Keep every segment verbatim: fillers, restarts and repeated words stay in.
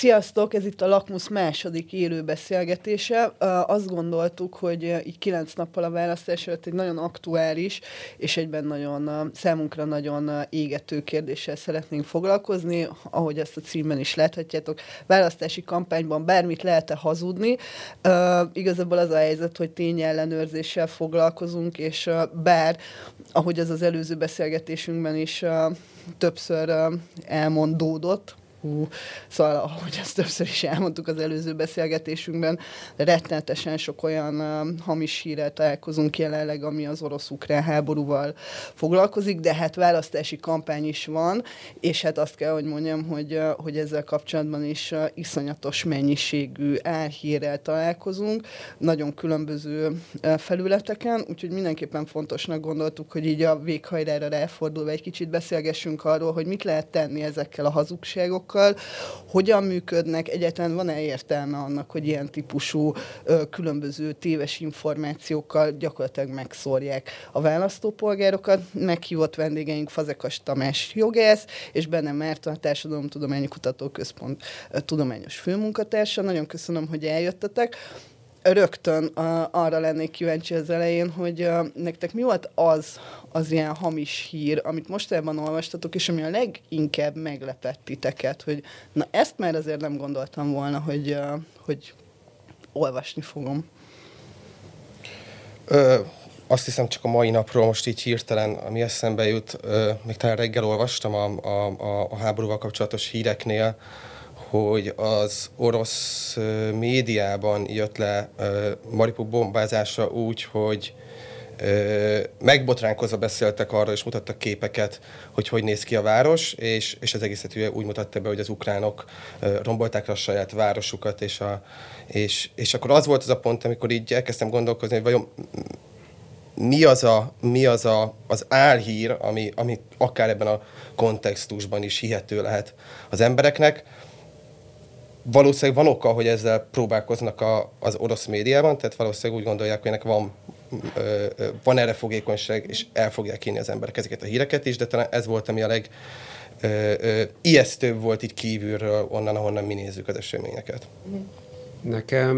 Sziasztok, ez itt a Lakmusz második élő beszélgetése. Azt gondoltuk, hogy így kilenc nappal a választás előtt egy nagyon aktuális, és egyben nagyon számunkra nagyon égető kérdéssel szeretnénk foglalkozni, ahogy ezt a címben is láthatjátok. Választási kampányban bármit lehet-e hazudni? Igazából az a helyzet, hogy tényellenőrzéssel foglalkozunk, és bár, ahogy az az előző beszélgetésünkben is többször elmondódott, Hú, szóval, ahogy ezt többször is elmondtuk az előző beszélgetésünkben, rettenetesen sok olyan uh, hamis hírrel találkozunk jelenleg, ami az orosz-ukrán háborúval foglalkozik, de hát választási kampány is van, és hát azt kell, hogy mondjam, hogy, uh, hogy ezzel kapcsolatban is uh, iszonyatos mennyiségű álhírrel találkozunk, nagyon különböző uh, felületeken, úgyhogy mindenképpen fontosnak gondoltuk, hogy így a véghajrára ráfordulva egy kicsit beszélgessünk arról, hogy mit lehet tenni ezekkel a hazugságokkal, hogyan működnek, egyáltalán van-e értelme annak, hogy ilyen típusú ö, különböző téves információkkal gyakorlatilag megszórják a választópolgárokat. Meghívott vendégeink Fazekas Tamás jogász, és Benne Márta, a Társadalomtudományi Kutatóközpont ö, tudományos főmunkatársa. Nagyon köszönöm, hogy eljöttetek. Rögtön uh, arra lennék kíváncsi az elején, hogy uh, nektek mi volt az, az ilyen hamis hír, amit mostában olvastatok, és ami a leginkább meglepett titeket, hogy na ezt már azért nem gondoltam volna, hogy, uh, hogy olvasni fogom. Ö, azt hiszem csak a mai napról most így hirtelen, ami eszembe jut, ö, még talán reggel olvastam a, a, a, a háborúval kapcsolatos híreknél, hogy az orosz uh, médiában jött le uh, Mariupol bombázása úgy, hogy uh, megbotránkozva beszéltek arra, és mutattak képeket, hogy hogy néz ki a város, és, és az egészet úgy mutatta be, hogy az ukránok uh, rombolták le a saját városukat, és, a, és, és akkor az volt az a pont, amikor így elkezdtem gondolkozni, hogy vajon mi az a, mi az, a, az álhír, ami, ami akár ebben a kontextusban is hihető lehet az embereknek. Valószínűleg van oka, hogy ezzel próbálkoznak a, az orosz médiában, tehát valószínűleg úgy gondolják, hogy ennek van, ö, ö, van erre fogékonyság, és el fogják hinni az emberek ezeket a híreket is, de talán ez volt, ami a leg ö, ö, ijesztőbb volt így kívülről, onnan, ahonnan mi nézzük az eseményeket. Nekem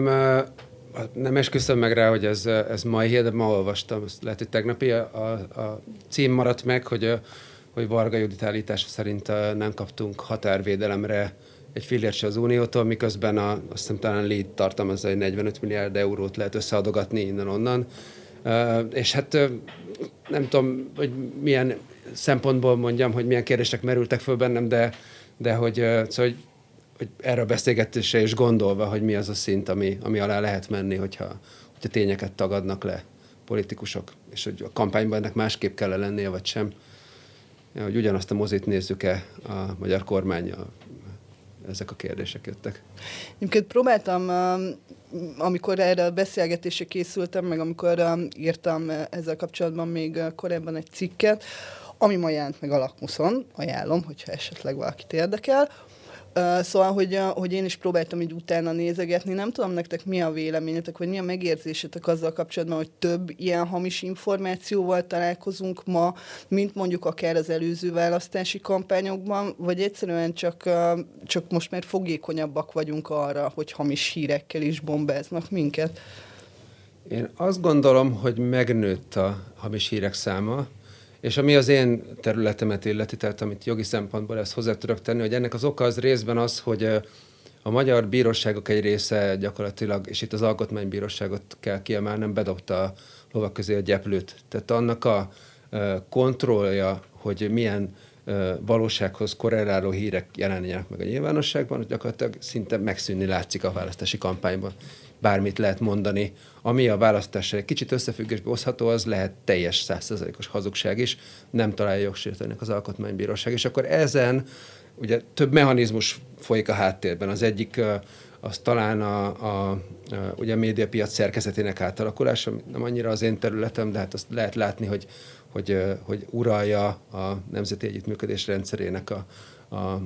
nem esküszöm meg rá, hogy ez, ez mai hír, de ma olvastam. Ezt lehet, hogy tegnapi a, a, a cím maradt meg, hogy, hogy Varga Judit állítása szerint nem kaptunk határvédelemre egy fillért se az Uniótól, miközben a, azt hiszem talán lead tartalmazza, hogy negyvenöt milliárd eurót lehet összeadogatni innen-onnan. Uh, és hát uh, nem tudom, hogy milyen szempontból mondjam, hogy milyen kérdések merültek föl bennem, de, de hogy, uh, szóval, hogy, hogy erre a beszélgetésre is gondolva, hogy mi az a szint, ami, ami alá lehet menni, hogyha, hogyha tényeket tagadnak le politikusok, és hogy a kampányban ennek másképp kell lennie, vagy sem. Ja, hogy ugyanazt a mozit nézzük-e a magyar kormánnyal. Ezek a kérdések jöttek. Én próbáltam, amikor erre a beszélgetésre készültem, meg amikor írtam ezzel kapcsolatban még korábban egy cikket, ami ma jelent meg a Lakmuszon, ajánlom, hogyha esetleg valakit érdekel. Szóval, hogy, hogy én is próbáltam így utána nézegetni. Nem tudom nektek mi a véleményetek, vagy mi a megérzésetek azzal kapcsolatban, hogy több ilyen hamis információval találkozunk ma, mint mondjuk akár az előző választási kampányokban, vagy egyszerűen csak, csak most már fogékonyabbak vagyunk arra, hogy hamis hírekkel is bombáznak minket. Én azt gondolom, hogy megnőtt a hamis hírek száma, és ami az én területemet illeti, tehát amit jogi szempontból ezt hozzá tudok tenni, hogy ennek az oka az részben az, hogy a magyar bíróságok egy része gyakorlatilag, és itt az alkotmánybíróságot kell kiemelnem, bedobta a lovak közé a gyeplőt. Tehát annak a kontrollja, hogy milyen valósághoz korreláló hírek jelenjenek meg a nyilvánosságban, hogy gyakorlatilag szinte megszűnni látszik a választási kampányban. Bármit lehet mondani, ami a választással egy kicsit összefüggésbe hozható, az lehet teljes száz százalékos hazugság is, nem találja jogsértőnek az alkotmánybíróság. És akkor ezen ugye több mechanizmus folyik a háttérben. Az egyik az talán a, a, a, ugye a médiapiac szerkezetének átalakulása, nem annyira az én területem, de hát azt lehet látni, hogy, hogy, hogy uralja a nemzeti együttműködés rendszerének a, a, a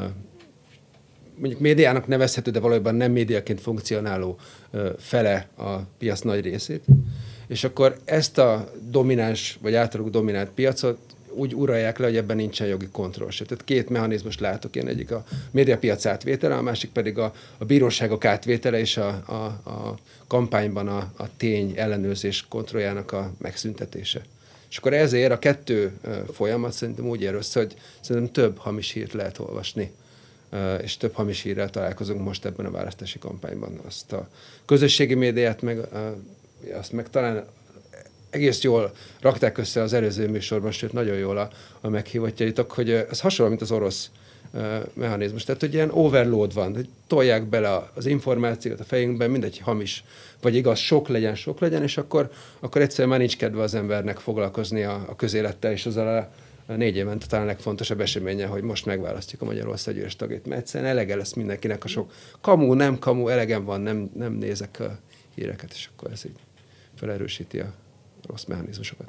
mondjuk médiának nevezhető, de valójában nem médiaként funkcionáló ö, fele a piac nagy részét. És akkor ezt a domináns, vagy általuk dominált piacot úgy uralják le, hogy ebben nincsen jogi kontroll se. Tehát két mechanizmust látok én, egyik a médiapiac átvétele, a másik pedig a, a bíróságok átvétele és a, a, a kampányban a, a tény ellenőrzés kontrolljának a megszüntetése. És akkor ezért a kettő folyamat szerintem úgy ér össze, hogy szerintem több hamis hírt lehet olvasni, és több hamis hírrel találkozunk most ebben a választási kampányban. Azt a közösségi médiát meg, azt meg talán egész jól rakták össze az előző műsorban, sőt nagyon jól a, a meghívottjaitok, hogy ez hasonló, mint az orosz mechanizmus. Tehát, hogy ilyen overload van, hogy tolják bele az információt a fejünkben, mindegy hamis, vagy igaz, sok legyen, sok legyen, és akkor, akkor egyszerűen már nincs kedve az embernek foglalkozni a, a közélettel, és azzal a, a négy évente talán a legfontosabb eseménye, hogy most megválasztjuk a Magyarországgyűlés tagjait, mert egyszerűen elege lesz mindenkinek a sok kamu, nem kamu, elegem van, nem, nem nézek a híreket, és akkor ez így felerősíti a rossz mechanizmusokat.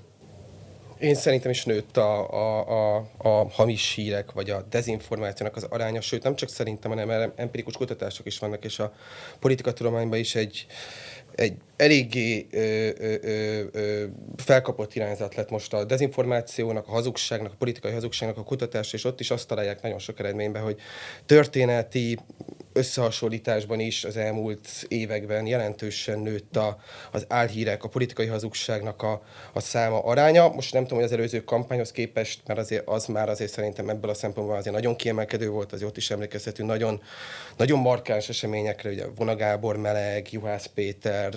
Én szerintem is nőtt a, a, a, a hamis hírek, vagy a dezinformációnak az aránya, sőt nem csak szerintem, hanem empirikus kutatások is vannak, és a politikatudományban is egy, egy eléggé ö, ö, ö, ö, felkapott irányzat lett most a dezinformációnak, a hazugságnak, a politikai hazugságnak a kutatás, és ott is azt találják nagyon sok eredményben, hogy történeti összehasonlításban is az elmúlt években jelentősen nőtt a, az álhírek, a politikai hazugságnak a, a száma, aránya. Most nem tudom, hogy az előző kampányhoz képest, mert azért, az már azért szerintem ebből a szempontból azért nagyon kiemelkedő volt, azért ott is emlékezhetünk nagyon, nagyon markáns eseményekre, ugye Vona Gábor meleg, Juhász Péter,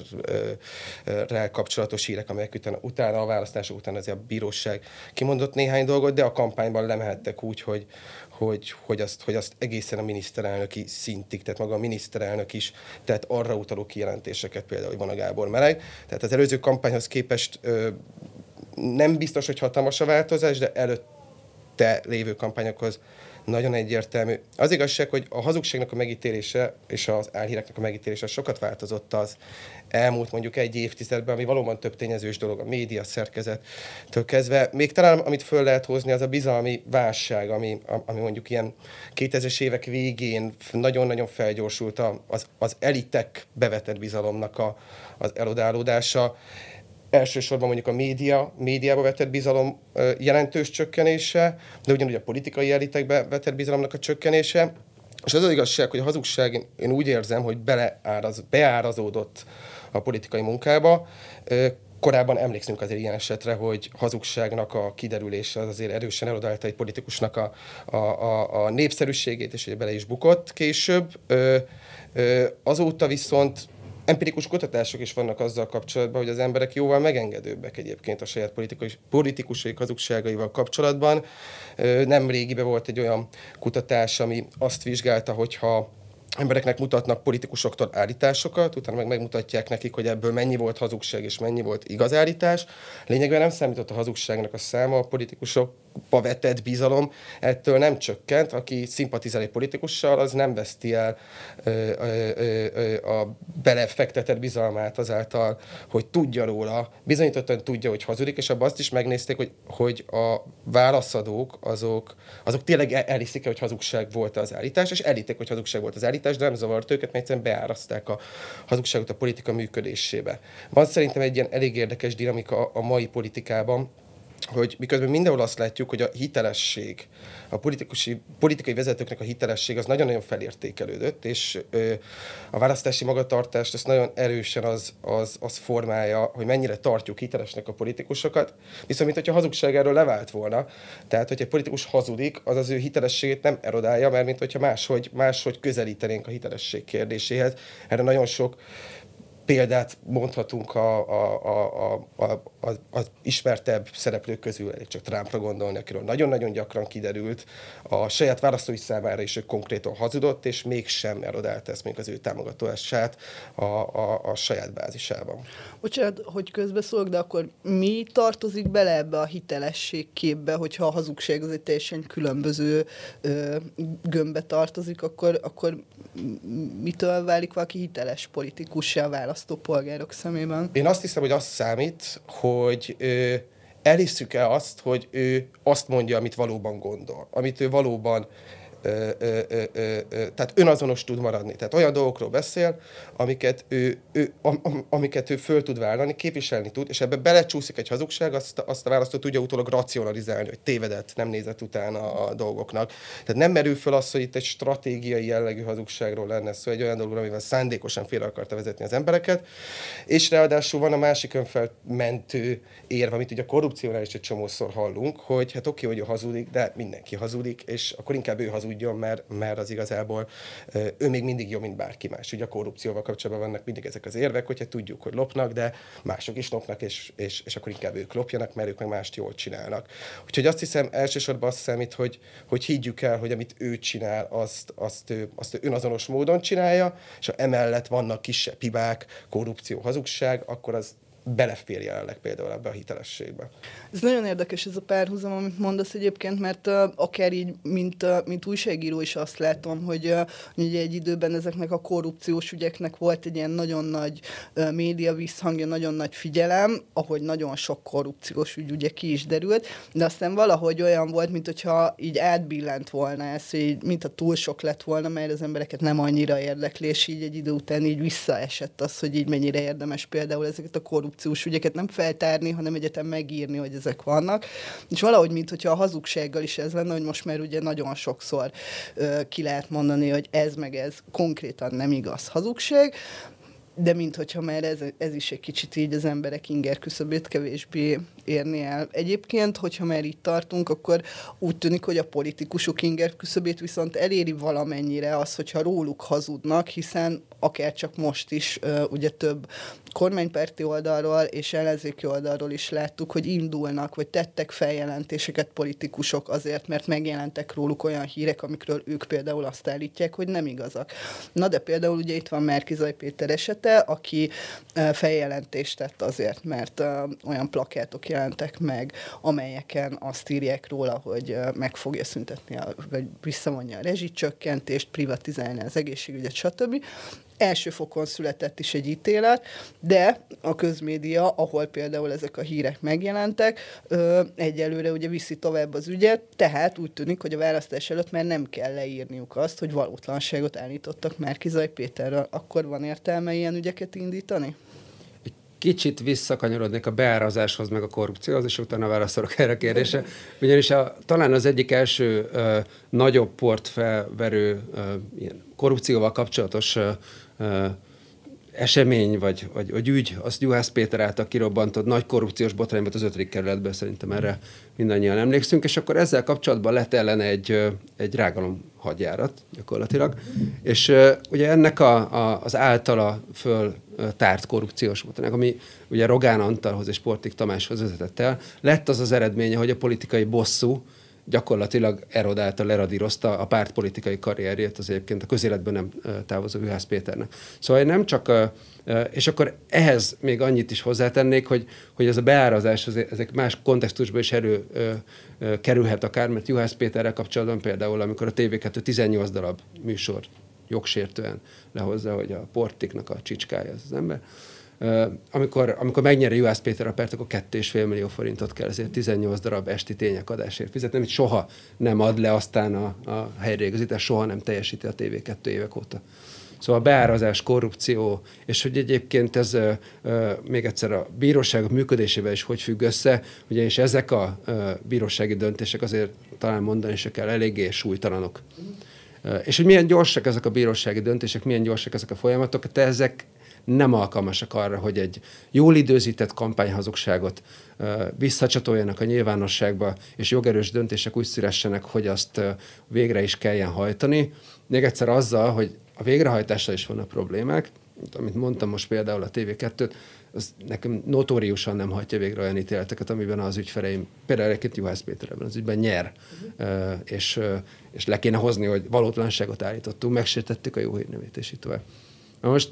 rel kapcsolatos hírek, amelyek utána, utána a választások után azért a bíróság kimondott néhány dolgot, de a kampányban lemehettek úgy, hogy, hogy, hogy, azt, hogy azt egészen a miniszterelnöki szintig, tehát maga a miniszterelnök is, tehát arra utaló kijelentéseket, például, hogy Vona Gábor meleg. Tehát az előző kampányhoz képest ö, nem biztos, hogy hatalmas a változás, de előtte lévő kampányokhoz nagyon egyértelmű. Az igazság, hogy a hazugságnak a megítélése és az álhíreknek a megítélése sokat változott az elmúlt mondjuk egy évtizedben, ami valóban több tényezős dolog, a média szerkezettől kezdve. Még talán, amit föl lehet hozni, az a bizalmi válság, ami, ami mondjuk ilyen kétezres évek végén nagyon-nagyon felgyorsult az, az elitek bevetett bizalomnak a, az elodálódása. Elsősorban mondjuk a média, médiába vetett bizalom jelentős csökkenése, de ugyanúgy a politikai elitekbe vetett bizalomnak a csökkenése. És az az igazság, hogy a hazugság, én úgy érzem, hogy beleáraz, beárazódott a politikai munkába. Korábban emlékszünk azért ilyen esetre, hogy hazugságnak a kiderülése az azért erősen elodálta egy politikusnak a, a, a, a népszerűségét, és hogy bele is bukott később. Azóta viszont empirikus kutatások is vannak azzal kapcsolatban, hogy az emberek jóval megengedőbbek egyébként a saját politikusaik hazugságaival kapcsolatban. Nem régiben volt egy olyan kutatás, ami azt vizsgálta, hogyha embereknek mutatnak politikusoktól állításokat, utána meg megmutatják nekik, hogy ebből mennyi volt hazugság és mennyi volt igaz állítás. Lényegben nem számított a hazugságnak a száma, a politikusokba vetett bizalom ettől nem csökkent. Aki szimpatizál egy politikussal, az nem veszti el ö, ö, ö, a belefektetett bizalmát azáltal, hogy tudja róla, bizonyítottan tudja, hogy hazudik, és abban azt is megnézték, hogy, hogy a válaszadók azok, azok tényleg elhiszik-e, hogy hazugság volt az állítás, és elhitték, hogy hazugság volt az állítás, de nem zavart őket, mert egyszerűen beáraszták a hazugságot a politika működésébe. Van szerintem egy ilyen elég érdekes dinamika a mai politikában, hogy miközben mindenhol azt látjuk, hogy a hitelesség, a politikusi, politikai vezetőknek a hitelesség az nagyon-nagyon felértékelődött, és ö, a választási magatartást ezt nagyon erősen az, az, az formálja, hogy mennyire tartjuk hitelesnek a politikusokat, viszont mint hogyha a hazugság erről levált volna. Tehát, hogyha egy politikus hazudik, az az ő hitelességét nem erodálja, mert mint hogyha máshogy, máshogy közelítenénk a hitelesség kérdéséhez. Erre nagyon sok példát mondhatunk a, a, a, a, a, az ismertebb szereplők közül, elég csak Trumpra gondolni, akiről nagyon-nagyon gyakran kiderült a saját választói számára is, hogy konkrétan hazudott, és mégsem erodálta ezt még az ő támogatását a, a, a saját bázisában. Bocsánat, hogy közbeszólok, de akkor mi tartozik bele ebbe a hitelesség képbe, hogyha a hazugság az egy teljesen különböző ö, gömbbe tartozik, akkor, akkor mitől válik valaki hiteles politikussá a választópolgárok szemében? Én azt hiszem, hogy az számít, hogy ö, elhisszük-e azt, hogy ő azt mondja, amit valóban gondol, amit ő valóban Ö, ö, ö, ö, ö, tehát önazonos tud maradni. Tehát olyan dolgokról beszél, amiket ő, ő, am, am, amiket ő föl tud vállalni, képviselni tud, és ebbe belecsúszik egy hazugság, azt, azt a választó tudja utólag racionalizálni, hogy tévedett, nem nézett utána a dolgoknak. Tehát nem merül föl az, hogy itt egy stratégiai jellegű hazugságról lenne szó, egy olyan dologról, amivel szándékosan félre akarta vezetni az embereket, és ráadásul van a másik önfelmentő érv, amit ugye a korrupciónál is egy csomószor hallunk, hogy hát oké, hogy ő hazudik, de mindenki hazudik, és akkor inkább ő hazudjon, mert, mert az igazából ő még mindig jobb, mint bárki más. Ugye a korrupcióval kapcsolatban vannak mindig ezek az érvek, hogyha tudjuk, hogy lopnak, de mások is lopnak, és, és, és akkor inkább ők lopjanak, mert ők meg mást jól csinálnak. Úgyhogy azt hiszem, elsősorban azt számít, hogy, hogy higgyük el, hogy amit ő csinál, azt, azt, ő, azt ő önazonos módon csinálja, és ha emellett vannak kisebb hibák, korrupció, hazugság, akkor az belefér jelenleg például ebbe a hitelességbe. Ez nagyon érdekes ez a párhuzam, amit mondasz egyébként, mert uh, akár így, mint, uh, mint újságíró is azt látom, hogy uh, ugye egy időben ezeknek a korrupciós ügyeknek volt egy ilyen nagyon nagy uh, média visszhangja, nagyon nagy figyelem, ahogy nagyon sok korrupciós ügy ugye ki is derült, de aztán valahogy olyan volt, mint hogyha így átbillent volna ez, hogy így, mint a túl sok lett volna, mert az embereket nem annyira érdekli, és így egy idő után így visszaesett az, hogy így mennyire érdemes például ezeket a korrupciós ügyeket nem feltárni, hanem egyetem megírni, hogy ezek vannak. És valahogy, mint hogyha a hazugsággal is ez lenne, hogy most már ugye nagyon sokszor ö, ki lehet mondani, hogy ez meg ez konkrétan nem igaz hazugság, de minthogyha már ez, ez is egy kicsit így az emberek inger küszöbét kevésbé érni el. Egyébként, hogyha már itt tartunk, akkor úgy tűnik, hogy a politikusok inger küszöbét viszont eléri valamennyire az, hogyha róluk hazudnak, hiszen akár csak most is uh, ugye több kormánypárti oldalról és ellenzéki oldalról is láttuk, hogy indulnak, vagy tettek feljelentéseket politikusok azért, mert megjelentek róluk olyan hírek, amikről ők például azt állítják, hogy nem igazak. Na de például ugye itt van Márki-Zay Péter esete, aki uh, feljelentést tett azért, mert uh, olyan plakátok jelentek meg, amelyeken azt írják róla, hogy uh, meg fogja szüntetni, a, vagy visszavonja a rezsicsökkentést, privatizálni az egészségügyet, stb. Első fokon született is egy ítélet, de a közmédia, ahol például ezek a hírek megjelentek, ö, egyelőre ugye viszi tovább az ügyet, tehát úgy tűnik, hogy a választás előtt már nem kell leírniuk azt, hogy valótlanságot állítottak Márki-Zay Péterről. Akkor van értelme ilyen ügyeket indítani? Kicsit visszakanyarodnék a beárazáshoz, meg a korrupcióhoz, és utána válaszolok erre a kérdésre. Ugyanis a, talán az egyik első ö, nagyobb port felverő ö, ilyen korrupcióval kapcsolatos ö, ö, esemény, vagy, vagy, vagy ügy, azt Juhász Péter által kirobbantott nagy korrupciós botrány volt az ötödik kerületben, szerintem erre mindannyian emlékszünk, és akkor ezzel kapcsolatban lett ellene egy, egy rágalom hadjárat gyakorlatilag, és ugye ennek a, a, az általa föl tárt korrupciós botrány, ami ugye Rogán Antalhoz és Portik Tamáshoz vezetett el, lett az az eredménye, hogy a politikai bosszú gyakorlatilag erodálta, leradírozta a pártpolitikai karrierjét, az egyébként a közéletben nem távozó Juhász Péternek. Szóval nem csak, és akkor ehhez még annyit is hozzátennék, hogy, hogy ez a beárazás, ezek más kontextusban is erő kerülhet akár, mert Juhász Péterrel kapcsolatban például, amikor a té vé kettő tizennyolc darab műsor jogsértően lehozza, hogy a Portiknak a csicskája az, az ember, Uh, amikor, amikor megnyeri Juhász Péter a pert, akkor kettő és fél millió forintot kell ezért tizennyolc darab esti tények adásért fizetni, amit soha nem ad le aztán a, a helyreigazítás, soha nem teljesíti a té vé kettő évek óta. Szóval a beárazás, korrupció, és hogy egyébként ez uh, uh, még egyszer a bíróságok működésével is hogy függ össze, ugyanis ezek a uh, bírósági döntések azért talán mondani se kell, eléggé súlytalanok. Uh, és hogy milyen gyorsak ezek a bírósági döntések, milyen gyorsak ezek a folyamatok, de ezek nem alkalmasak arra, hogy egy jól időzített kampányhazugságot uh, visszacsatoljanak a nyilvánosságba, és jogerős döntések úgy szülessenek, hogy azt uh, végre is kelljen hajtani. Még egyszer azzal, hogy a végrehajtással is vannak problémák, amit mondtam most például a té vé kettőt, az nekem notóriusan nem hajtja végre olyan ítéleteket, amiben az ügyfeleim, például egyébként Juhász Péter ebben az ügyben nyer, uh-huh. uh, és, uh, és le kéne hozni, hogy valótlanságot állítottunk, megsértettük a jó hírnevét, és így tovább. Na most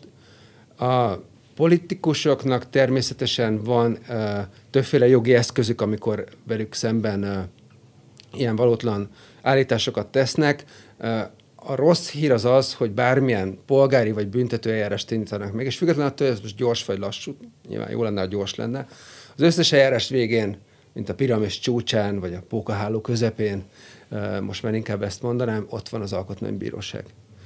a politikusoknak természetesen van uh, többféle jogi eszközük, amikor velük szemben uh, ilyen valótlan állításokat tesznek. Uh, a rossz hír az az, hogy bármilyen polgári vagy büntető eljárást indítanak meg, és függetlenül attól, hogy ez most gyors vagy lassú, nyilván jó lenne, ha gyors lenne, az összes eljárás végén, mint a piramis csúcsán, vagy a pókaháló közepén, most már inkább ezt mondanám, ott van az Alkotmánybíróság.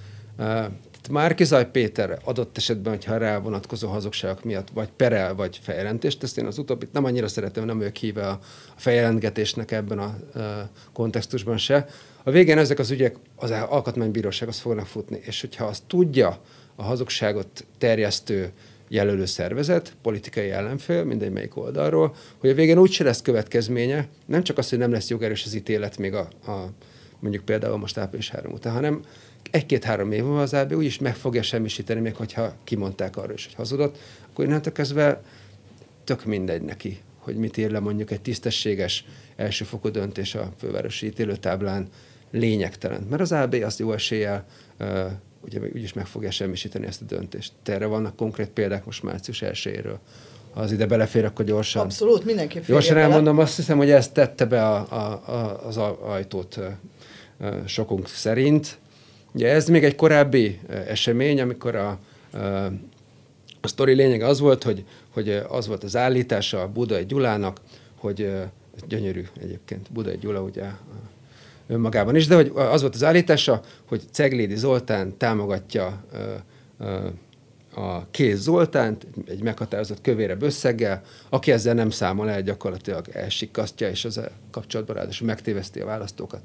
Márki-Zay Péter adott esetben, hogyha rá vonatkozó hazugságok miatt vagy perel, vagy feljelentést tesz, én az utóbbit nem annyira szeretem, nem ők híve a feljelentgetésnek ebben a kontextusban se. A végén ezek az ügyek az Alkotmánybírósághoz fognak futni, és hogyha azt tudja a hazugságot terjesztő jelölő szervezet, politikai ellenfél, mindegy melyik oldalról, hogy a végén úgyse lesz következménye, nem csak az, hogy nem lesz jogerős az ítélet még a, a mondjuk például most április harmadika után, hanem egy-két-három év múlva az á bé úgyis meg fogja semmisíteni, még hogyha kimondták arra is, hogy hazudott, akkor innentől kezdve tök mindegy neki, hogy mit ír le mondjuk egy tisztességes elsőfokú döntés a fővárosi ítélőtáblán, lényegtelen. Mert az á bé azt jó eséllyel uh, ugye úgyis meg fogja semmisíteni ezt a döntést. Erre vannak konkrét példák most március elsejéről. Ha az ide belefér, akkor gyorsan. Abszolút, mindenképp gyorsan elmondom, azt hiszem, hogy ezt tette be a, a, a, az ajtót uh, uh, sokunk szerint. Ugye ez még egy korábbi uh, esemény, amikor a, uh, a sztori lényege az volt, hogy, hogy az volt az állítása a Budai Gyulának, hogy uh, gyönyörű egyébként, Budai Gyula ugye önmagában is, de hogy az volt az állítása, hogy Ceglédi Zoltán támogatja ö, ö, a Kéz Zoltánt egy meghatározott kövérebb összeggel, aki ezzel nem számol el, gyakorlatilag elsikkasztja, és az kapcsolatban ráadásul megtéveszti a választókat.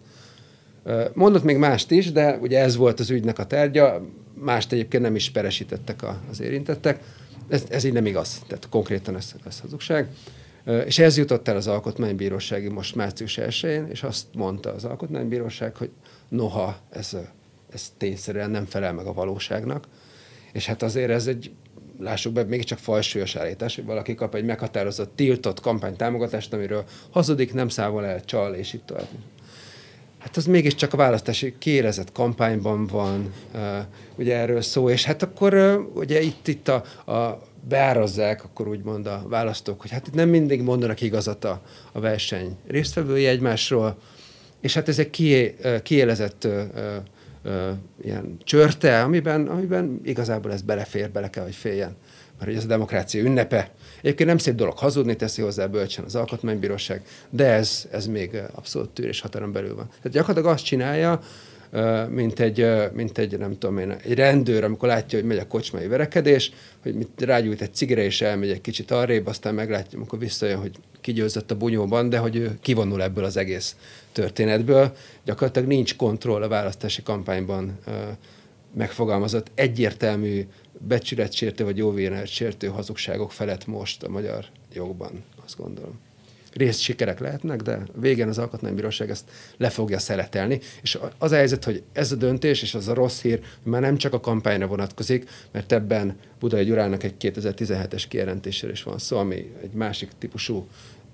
Mondott még mást is, de ugye ez volt az ügynek a tárgya, mást egyébként nem is peresítettek az érintettek. Ez, ez így nem igaz, tehát konkrétan ez, ez hazugság. És ez jutott el az Alkotmánybíróságig most március elsején, és azt mondta az Alkotmánybíróság, hogy noha ez, ez tényszerűen nem felel meg a valóságnak, és hát azért ez egy, lássuk be, mégiscsak fajsúlyos állítás, hogy valaki kap egy meghatározott, tiltott kampánytámogatást, amiről hazudik, nem számol el, csal, és itt tovább. Hát az mégiscsak a választási kiélezett kampányban van, uh, ugye erről szó, és hát akkor uh, ugye itt, itt a, a beárazzák, akkor úgymond a választók, hogy hát itt nem mindig mondanak igazat a, a verseny résztvevői egymásról, és hát ez egy kié, kiélezett uh, uh, ilyen csörte, amiben, amiben igazából ez belefér, bele kell, hogy féljen. Mert hogy ez a demokrácia ünnepe. Egyébként nem szép dolog hazudni, teszi hozzá bölcsen az Alkotmánybíróság, de ez, ez még abszolút tűrés határon belül van. Tehát gyakorlatilag azt csinálja, mint egy, mint egy, nem tudom én, egy rendőr, amikor látja, hogy megy a kocsmai verekedés, hogy rágyújt egy cigire, és elmegy egy kicsit arrébb, aztán meglátja, amikor visszajön, hogy kigyőzött a bunyóban, de hogy ő kivonul ebből az egész történetből. Gyakorlatilag nincs kontroll a választási kampányban megfogalmazott egyértelmű becsületsértő vagy jóvérsértő hazugságok felett most a magyar jogban, azt gondolom. Részt sikerek lehetnek, de végén az Alkotmánybíróság ezt le fogja szeletelni, és az a helyzet, hogy ez a döntés, és az a rossz hír, hogy már nem csak a kampányra vonatkozik, mert ebben Budai Gyulának egy kétezer-tizenhetes kijelentésről is van szó, ami egy másik típusú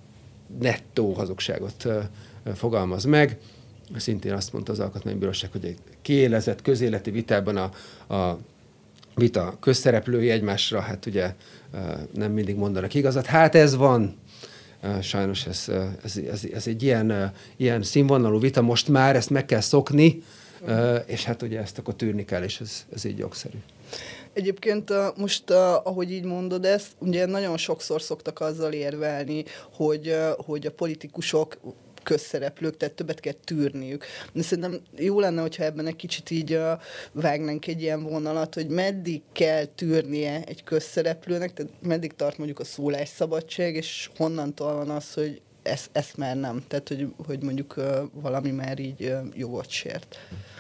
nettó hazugságot fogalmaz meg. Szintén azt mondta az Alkotmánybíróság, hogy egy kiélezett közéleti vitában a, a vita közszereplői egymásra, hát ugye nem mindig mondanak igazat. Hát ez van. Sajnos ez, ez, ez, ez egy ilyen, ilyen színvonalú vita, most már ezt meg kell szokni, és hát ugye ezt akkor tűrni kell, és ez, ez így jogszerű. Egyébként most, ahogy így mondod ezt, ugye nagyon sokszor szoktak azzal érvelni, hogy, hogy a politikusok közszereplők, tehát többet kell tűrniük. De szerintem jó lenne, hogyha ebben egy kicsit így uh, vágnánk egy ilyen vonalat, hogy meddig kell tűrnie egy közszereplőnek, tehát meddig tart mondjuk a szólásszabadság, és honnantól van az, hogy ez, ezt már nem. Tehát, hogy, hogy mondjuk uh, valami már így uh, jogot sért.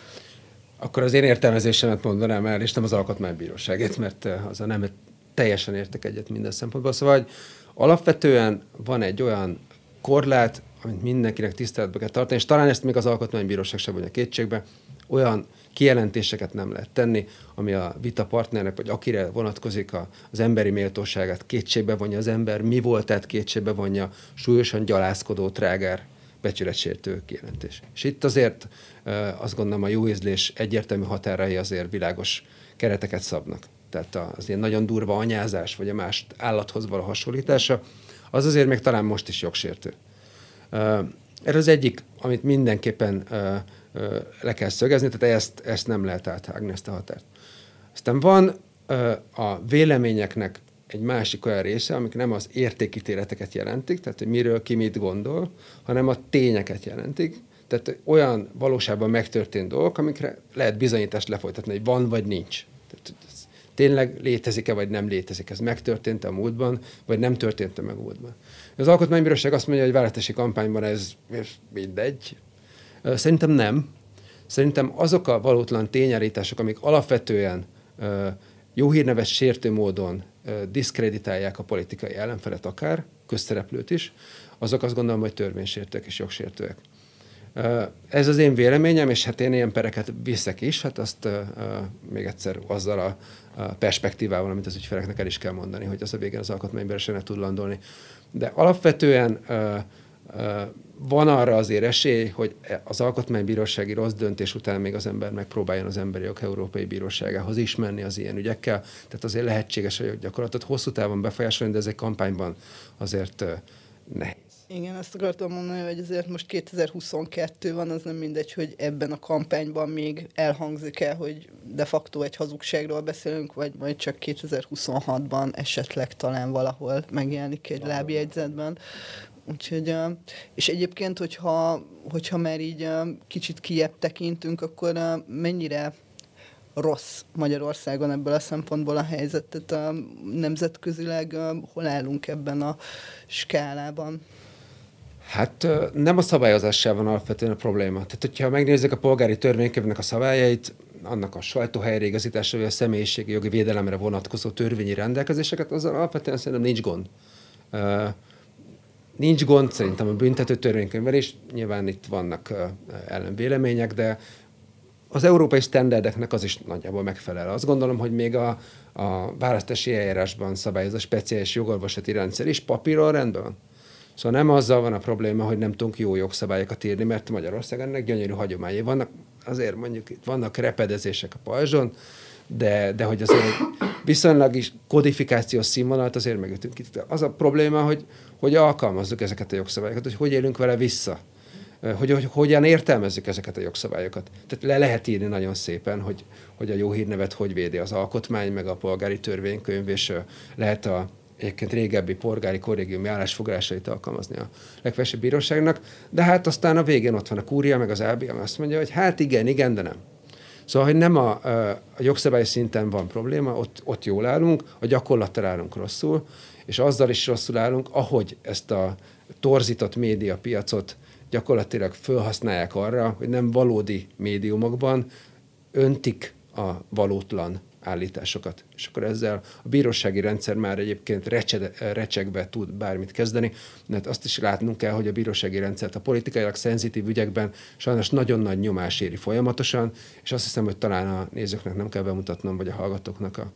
Akkor az én értelmezésemet mondanám el, és nem az Alkotmánybíróságét, mert az a nem teljesen értek egyet minden szempontból. Szóval, hogy alapvetően van egy olyan korlát, amit mindenkinek tiszteletbe kell tartani, és talán ezt még az Alkotmánybíróság sem vonja kétségbe, olyan kijelentéseket nem lehet tenni, ami a vita partnernek, vagy akire vonatkozik a, az emberi méltóságát kétségbe vonja, az ember mi voltát kétségbe vonja, súlyosan gyalázkodó, trágár, becsületsértő kijelentés. És itt azért azt gondolom, a jó ízlés egyértelmű határai azért világos kereteket szabnak. Tehát az ilyen nagyon durva anyázás, vagy a más állathoz való hasonlítása, az azért még talán most is jogsértő. Ez az egyik, amit mindenképpen le kell szögezni, tehát ezt, ezt nem lehet áthágni, ezt a határt. Aztán van a véleményeknek egy másik olyan része, amik nem az értékítéleteket jelentik, tehát hogy miről ki mit gondol, hanem a tényeket jelentik. Tehát olyan valóságban megtörtént dolgok, amikre lehet bizonyítást lefolytatni, hogy van vagy nincs. Tehát ez tényleg létezik-e, vagy nem létezik. Ez megtörtént a múltban, vagy nem történt a múltban. Az Alkotmánybíróság azt mondja, hogy választási kampányban ez mindegy. Szerintem nem. Szerintem azok a valótlan tényállítások, amik alapvetően jó hírnevet sértő módon diszkreditálják a politikai ellenfelet akár, közszereplőt is, azok azt gondolom, hogy törvénysértőek és jogsértőek. Ez az én véleményem, és hát én ilyen pereket viszek is, hát azt uh, még egyszer azzal a, a perspektívával, amit az ügyfeleknek el is kell mondani, hogy az a végén az alkotmánybíróságnak tud landolni. De alapvetően uh, uh, van arra azért esély, hogy az alkotmánybírósági rossz döntés után még az ember megpróbáljon az Emberi Jogok Európai Bíróságához is menni az ilyen ügyekkel. Tehát azért lehetséges a joggyakorlatot hosszú távon befolyásolni, de ez egy kampányban azért uh, nehéz. Igen, ezt akartam mondani, hogy azért most kétezer-huszonkettő van, az nem mindegy, hogy ebben a kampányban még elhangzik-e, hogy de facto egy hazugságról beszélünk, vagy majd csak kétezer-huszonhatban esetleg talán valahol megjelenik egy lábjegyzetben. Úgyhogy, és egyébként, hogyha, hogyha már így kicsit kijebb tekintünk, akkor mennyire rossz Magyarországon ebből a szempontból a helyzet? Tehát nemzetközileg hol állunk ebben a skálában? Hát nem a szabályozással van alapvetően a probléma. Tehát, hogyha megnézzük a polgári törvénykönyvnek a szabályait, annak a sajtóhelyreigazításra, vagy a személyiségi jogi védelemre vonatkozó törvényi rendelkezéseket, azzal alapvetően szerintem nincs gond. Uh, nincs gond szerintem a büntető törvénykönyvvel is, nyilván itt vannak uh, ellenvélemények, de az európai sztenderdeknek az is nagyjából megfelel. Azt gondolom, hogy még a, a választási eljárásban szabályozó speciális jogorvoslati rendszer is papíron rendben van. Szóval nem azzal van a probléma, hogy nem tudunk jó jogszabályokat írni, mert Magyarországon ennek gyönyörű hagyományai vannak. Azért mondjuk itt vannak repedezések a pajzson, de, de hogy azért viszonylag is kodifikációs színvonalat azért megütünk itt. Az a probléma, hogy, hogy alkalmazzuk ezeket a jogszabályokat, hogy hogy élünk vele vissza. Hogy, hogy hogyan értelmezzük ezeket a jogszabályokat. Tehát le lehet írni nagyon szépen, hogy, hogy a jó hírnevet hogy védi az alkotmány, meg a polgári törvénykönyv, és lehet a egyébként régebbi polgári kollégiumi állásfoglalásait alkalmazni a legfelsőbb bíróságnak, de hát aztán a végén ott van a kúria, meg az á bé, ami azt mondja, hogy hát igen, igen, de nem. Szóval, hogy nem a, a jogszabály szinten van probléma, ott, ott jól állunk, a gyakorlattal állunk rosszul, és azzal is rosszul állunk, ahogy ezt a torzított médiapiacot gyakorlatilag felhasználják arra, hogy nem valódi médiumokban öntik a valótlan állításokat. És akkor ezzel a bírósági rendszer már egyébként recsed, recsegve tud bármit kezdeni, mert azt is látnunk kell, hogy a bírósági rendszert a politikailag szenzitív ügyekben sajnos nagyon nagy nyomás éri folyamatosan, és azt hiszem, hogy talán a nézőknek nem kell bemutatnom, vagy a hallgatóknak a,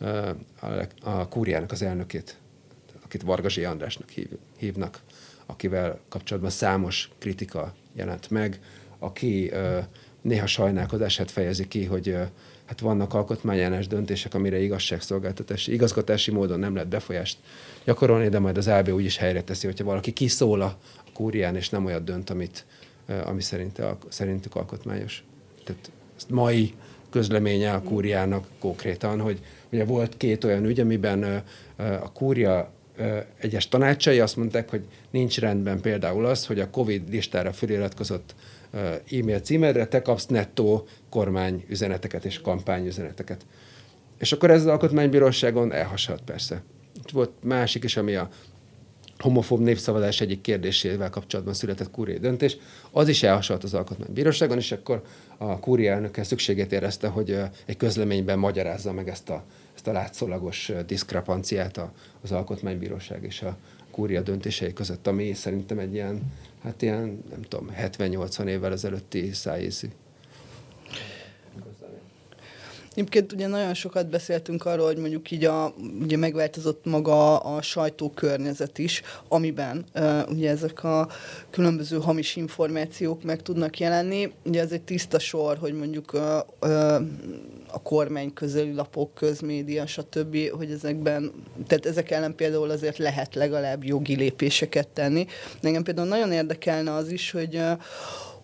a, a kúriának az elnökét, akit Varga Zsé Andrásnak hív, hívnak, akivel kapcsolatban számos kritika jelent meg, aki néha sajnálkozását fejezi ki, hogy hát vannak alkotmányellenes döntések, amire igazságszolgáltatási, igazgatási módon nem lehet befolyást gyakorolni, de majd az á bé úgy is helyre teszi, hogyha valaki kiszól a kúrián, és nem olyat dönt, amit, ami szerint, szerintük alkotmányos. Tehát ezt mai közleménye a kúriának konkrétan, hogy ugye volt két olyan ügy, amiben a kúria egyes tanácsai azt mondták, hogy nincs rendben például az, hogy a Covid listára feliratkozott e-mail címedre te kapsz nettó kormányüzeneteket és kampányüzeneteket. És akkor ez az alkotmánybíróságon elhasalt persze. Volt másik is, ami a homofób népszavazás egyik kérdésével kapcsolatban született kúriai döntés, az is elhasalt az alkotmánybíróságon, és akkor a kúria elnöke szükségét érezte, hogy egy közleményben magyarázza meg ezt a, ezt a látszólagos diszkrepanciát az alkotmánybíróság és a kúria döntései között, ami szerintem egy ilyen, hát ilyen, nem tudom, hetven-nyolcvan évvel ezelőtti szájízű. Egyébként ugye nagyon sokat beszéltünk arról, hogy mondjuk így a, ugye megváltozott maga a sajtókörnyezet is, amiben uh, ugye ezek a különböző hamis információk meg tudnak jelenni. Ugye ez egy tiszta sor, hogy mondjuk uh, uh, a kormány közeli lapok, közmédia, stb., hogy ezekben, tehát ezek ellen például azért lehet legalább jogi lépéseket tenni. De engem például nagyon érdekelne az is, hogy uh,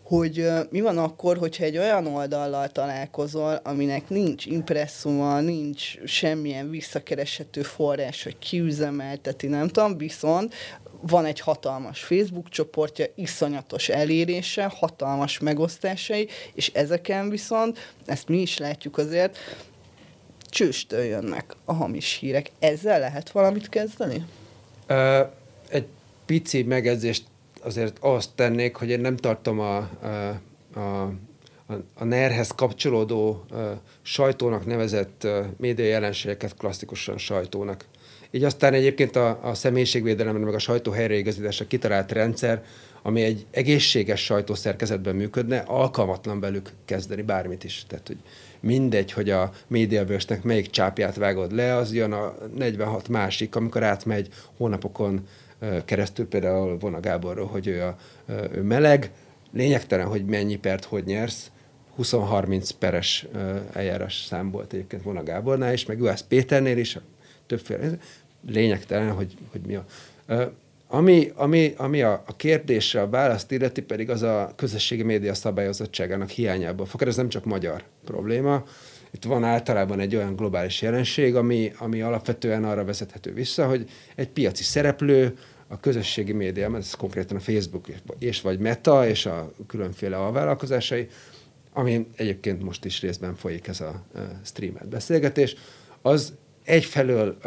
hogy uh, mi van akkor, hogyha egy olyan oldallal találkozol, aminek nincs impresszuma, nincs semmilyen visszakereshető forrás, hogy kiüzemelteti, nem tudom, viszont van egy hatalmas Facebook csoportja, iszonyatos elérése, hatalmas megosztásai, és ezeken viszont, ezt mi is látjuk azért, csőstől jönnek a hamis hírek. Ezzel lehet valamit kezdeni? Uh, egy pici megjegyzést azért azt tennék, hogy én nem tartom a, a, a, a nerhez kapcsolódó a sajtónak nevezett a média jelenségeket klasszikusan sajtónak. Így aztán egyébként a, a személyiségvédelemre, meg a sajtó helyreigazításra kitalált rendszer, ami egy egészséges sajtószerkezetben működne, alkalmatlan velük kezdeni bármit is. Tehát, hogy mindegy, hogy a médiabőrsnek melyik csápját vágod le, az jön a negyvenhat másik, amikor átmegy hónapokon keresztül, például Vona Gáborról, hogy ő, a, ő meleg, lényegtelen, hogy mennyi pert hogy nyersz, húsz-harminc peres eljárás szám volt egyébként Vona Gábornál is, meg Juhász Péternél is, többféle, lényegtelen, hogy, hogy mi a... Ami, ami, ami a, a kérdésre a választ illeti, pedig az a közösségi média szabályozottságának hiányából fakad. Ez nem csak magyar probléma. Itt van általában egy olyan globális jelenség, ami, ami alapvetően arra vezethető vissza, hogy egy piaci szereplő, a közösségi média, mert ez konkrétan a Facebook és vagy Meta és a különféle alvállalkozásai, ami egyébként most is részben folyik ez a streamelt beszélgetés, az egyfelől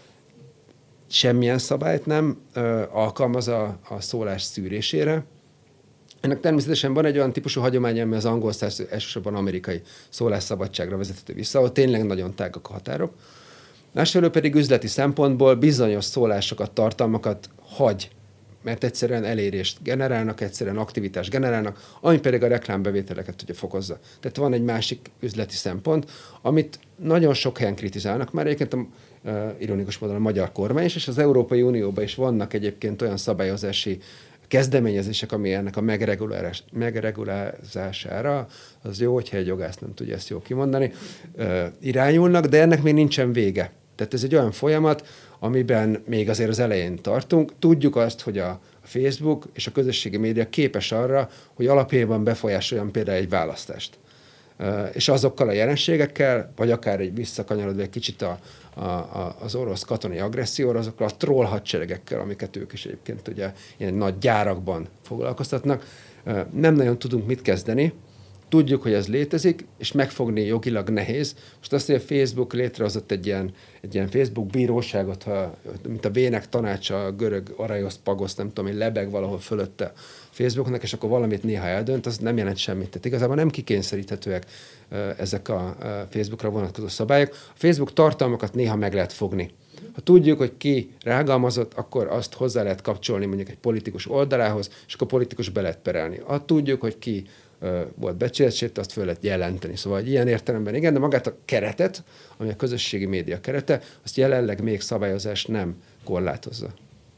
semmilyen szabályt nem ö, alkalmaz a, a szólás szűrésére. Ennek természetesen van egy olyan típusú hagyomány, ami az angol száz, elsősorban amerikai szólásszabadságra vezethető vissza, ahol tényleg nagyon tágak a határok. Másfelől pedig üzleti szempontból bizonyos szólásokat, tartalmakat hagy, mert egyszerűen elérést generálnak, egyszerűen aktivitást generálnak, ami pedig a reklámbevételeket tudja fokozza. Tehát van egy másik üzleti szempont, amit nagyon sok helyen kritizálnak, már egyébként a Uh, ironikus módon a magyar kormány is, és az Európai Unióban is vannak egyébként olyan szabályozási kezdeményezések, ami ennek a megregulázására, az jó, hogyha egy jogász nem tudja ezt jól kimondani, uh, irányulnak, de ennek még nincsen vége. Tehát ez egy olyan folyamat, amiben még azért az elején tartunk. Tudjuk azt, hogy a Facebook és a közösségi média képes arra, hogy alapjában befolyásoljon például egy választást. Uh, és azokkal a jelenségekkel, vagy akár egy visszakanyarodva egy kicsit a, a, a, az orosz katonai agresszióra, azokkal a troll hadseregekkel, amiket ők is egyébként ugye ilyen nagy gyárakban foglalkoztatnak, uh, nem nagyon tudunk mit kezdeni. Tudjuk, hogy ez létezik, és megfogni jogilag nehéz. Most azt, hogy a Facebook létrehozott egy ilyen, egy ilyen Facebook bíróságot, ha, mint a vének tanácsa, a görög Araioszpagosz, nem tudom, hogy lebeg valahol fölötte Facebooknak, és akkor valamit néha eldönt, az nem jelent semmit. Tehát igazából nem kikényszeríthetőek ezek a Facebookra vonatkozó szabályok. A Facebook tartalmakat néha meg lehet fogni. Ha tudjuk, hogy ki rágalmazott, akkor azt hozzá lehet kapcsolni mondjuk egy politikus oldalához, és akkor a politikus be lehet perelni. Ha tudjuk, hogy ki volt becsületsét, azt föl lehet jelenteni. Szóval ilyen értelemben igen, de magát a keretet, ami a közösségi média kerete, azt jelenleg még szabályozás nem korlátozza.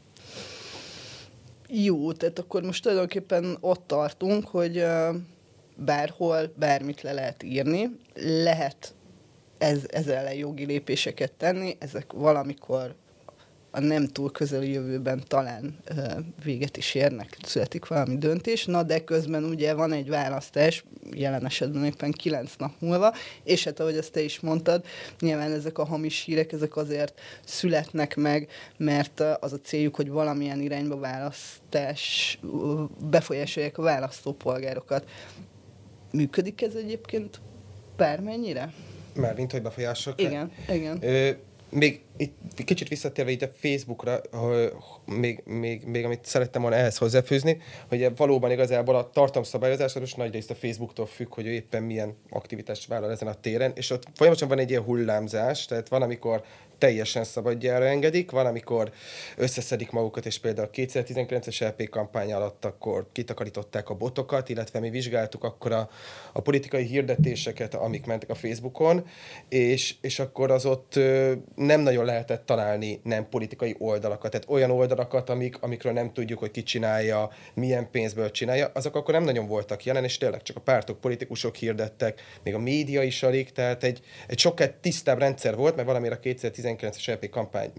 Jó, tehát akkor most tulajdonképpen ott tartunk, hogy bárhol bármit le lehet írni, lehet ez, ezzel ellen jogi lépéseket tenni, ezek valamikor a nem túl közeli jövőben talán ö, véget is érnek, születik valami döntés, na de közben ugye van egy választás, jelen esetben éppen kilenc nap múlva, és hát ahogy azt te is mondtad, nyilván ezek a hamis hírek, ezek azért születnek meg, mert az a céljuk, hogy valamilyen irányba választás, befolyásolják a választópolgárokat. Működik ez egyébként bármennyire? Mármint, hogy befolyásolják? Igen, igen. Ö, Még itt kicsit visszatérve itt a Facebookra, még, még, még amit szerettem volna ehhez hozzáfűzni, hogy valóban igazából a tartalomszabályozás most nagyrészt a Facebooktól függ, hogy ő éppen milyen aktivitást vállal ezen a téren, és ott folyamatosan van egy ilyen hullámzás, tehát van, amikor teljesen szabadjára engedik, van, amikor összeszedik magukat, és például a kétezer-tizenkilences el pé kampány alatt akkor kitakarították a botokat, illetve mi vizsgáltuk akkor a, a politikai hirdetéseket, amik mentek a Facebookon, és, és akkor az ott nem nagyon lehetett találni nem politikai oldalakat, tehát olyan oldalakat, amik, amikről nem tudjuk, hogy ki csinálja, milyen pénzből csinálja, azok akkor nem nagyon voltak jelen, és tényleg csak a pártok, politikusok hirdettek, még a média is alig, tehát egy, egy sokkal tisztább rendszer volt, mert valamire a kétezer-tizenkilences el pé kampány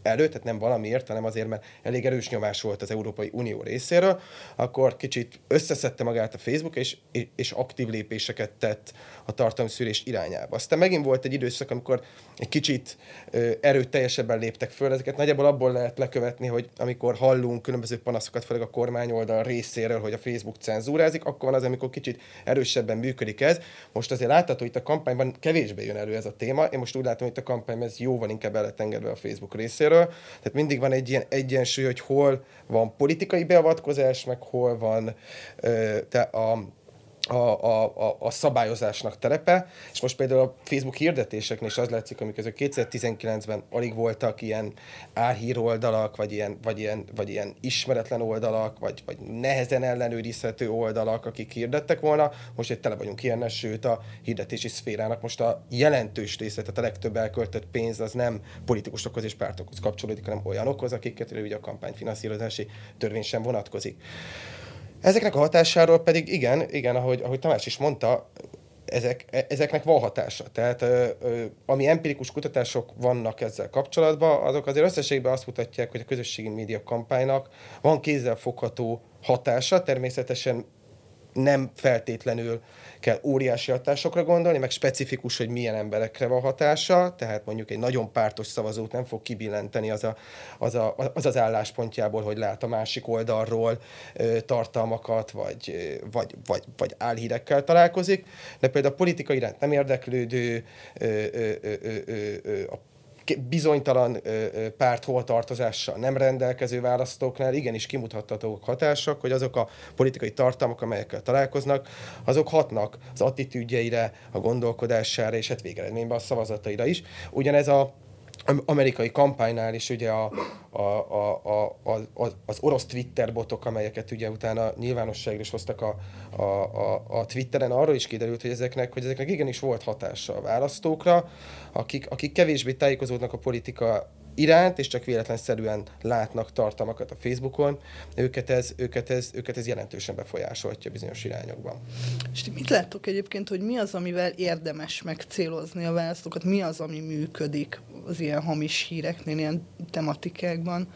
előtt, tehát nem valamiért, hanem azért, mert elég erős nyomás volt az Európai Unió részéről, akkor kicsit összeszedte magát a Facebook, és, és aktív lépéseket tett a tartalomszűrés irányába. Aztán megint volt egy időszak, amikor egy kicsit ö, erőteljesebben léptek föl, ezeket nagyjából abból lehet lekövetni, hogy amikor hallunk különböző panaszokat, főleg a kormányoldal részéről, hogy a Facebook cenzúrázik, akkor van az, amikor kicsit erősebben működik ez. Most azért látható, hogy itt a kampányban kevésbé jön elő ez a téma. Én most úgy látom, hogy itt a kampányban ez jóval inkább el lett engedve a Facebook részéről. Tehát mindig van egy ilyen egyensúly, hogy hol van politikai beavatkozás, meg hol van ö, te a A, a, a, a szabályozásnak terepe, és most például a Facebook hirdetéseknél is az látszik, amikor kétezer-tizenkilencben alig voltak ilyen álhír oldalak, vagy ilyen, vagy ilyen, vagy ilyen ismeretlen oldalak, vagy, vagy nehezen ellenőrizhető oldalak, akik hirdettek volna, most egy tele vagyunk ilyennel, sőt a hirdetési szférának most a jelentős része, tehát a legtöbb elköltött pénz az nem politikusokhoz és pártokhoz kapcsolódik, hanem olyanokhoz, akiket ugye a kampányfinanszírozási törvény sem vonatkozik. Ezeknek a hatásáról pedig igen, igen, ahogy, ahogy Tamás is mondta, ezek, ezeknek van hatása. Tehát ö, ö, ami empirikus kutatások vannak ezzel kapcsolatban, azok azért összességben azt mutatják, hogy a közösségi média kampánynak van kézzelfogható hatása, természetesen nem feltétlenül kell óriási hatásokra gondolni, meg specifikus, hogy milyen emberekre van hatása, tehát mondjuk egy nagyon pártos szavazót nem fog kibillenteni az a, az, a, az, az álláspontjából, hogy lát a másik oldalról ö, tartalmakat, vagy, vagy, vagy, vagy álhírekkel találkozik, de például a politika iránt nem érdeklődő, ö, ö, ö, ö, ö, a bizonytalan párt hovatartozással nem rendelkező választóknál igenis kimutathatók hatások, hogy azok a politikai tartalmak, amelyekkel találkoznak, azok hatnak az attitűdjeire, a gondolkodására, és hát végeredményben a szavazataira is. Ugyanez a amerikai kampánynál is ugye a, a, a, a, a, az orosz Twitter botok, amelyeket ugye utána nyilvánosságra is hoztak a, a, a, a Twitteren, arról is kiderült, hogy ezeknek, hogy ezeknek igenis volt hatása a választókra, akik, akik kevésbé tájékozódnak a politika iránt, és csak véletlenszerűen látnak tartalmakat a Facebookon, őket ez, őket ez, őket ez jelentősen befolyásolhatja bizonyos irányokban. És ti mit láttok egyébként, hogy mi az, amivel érdemes megcélozni a választókat, mi az, ami működik az ilyen hamis híreknél, ilyen tematikákban?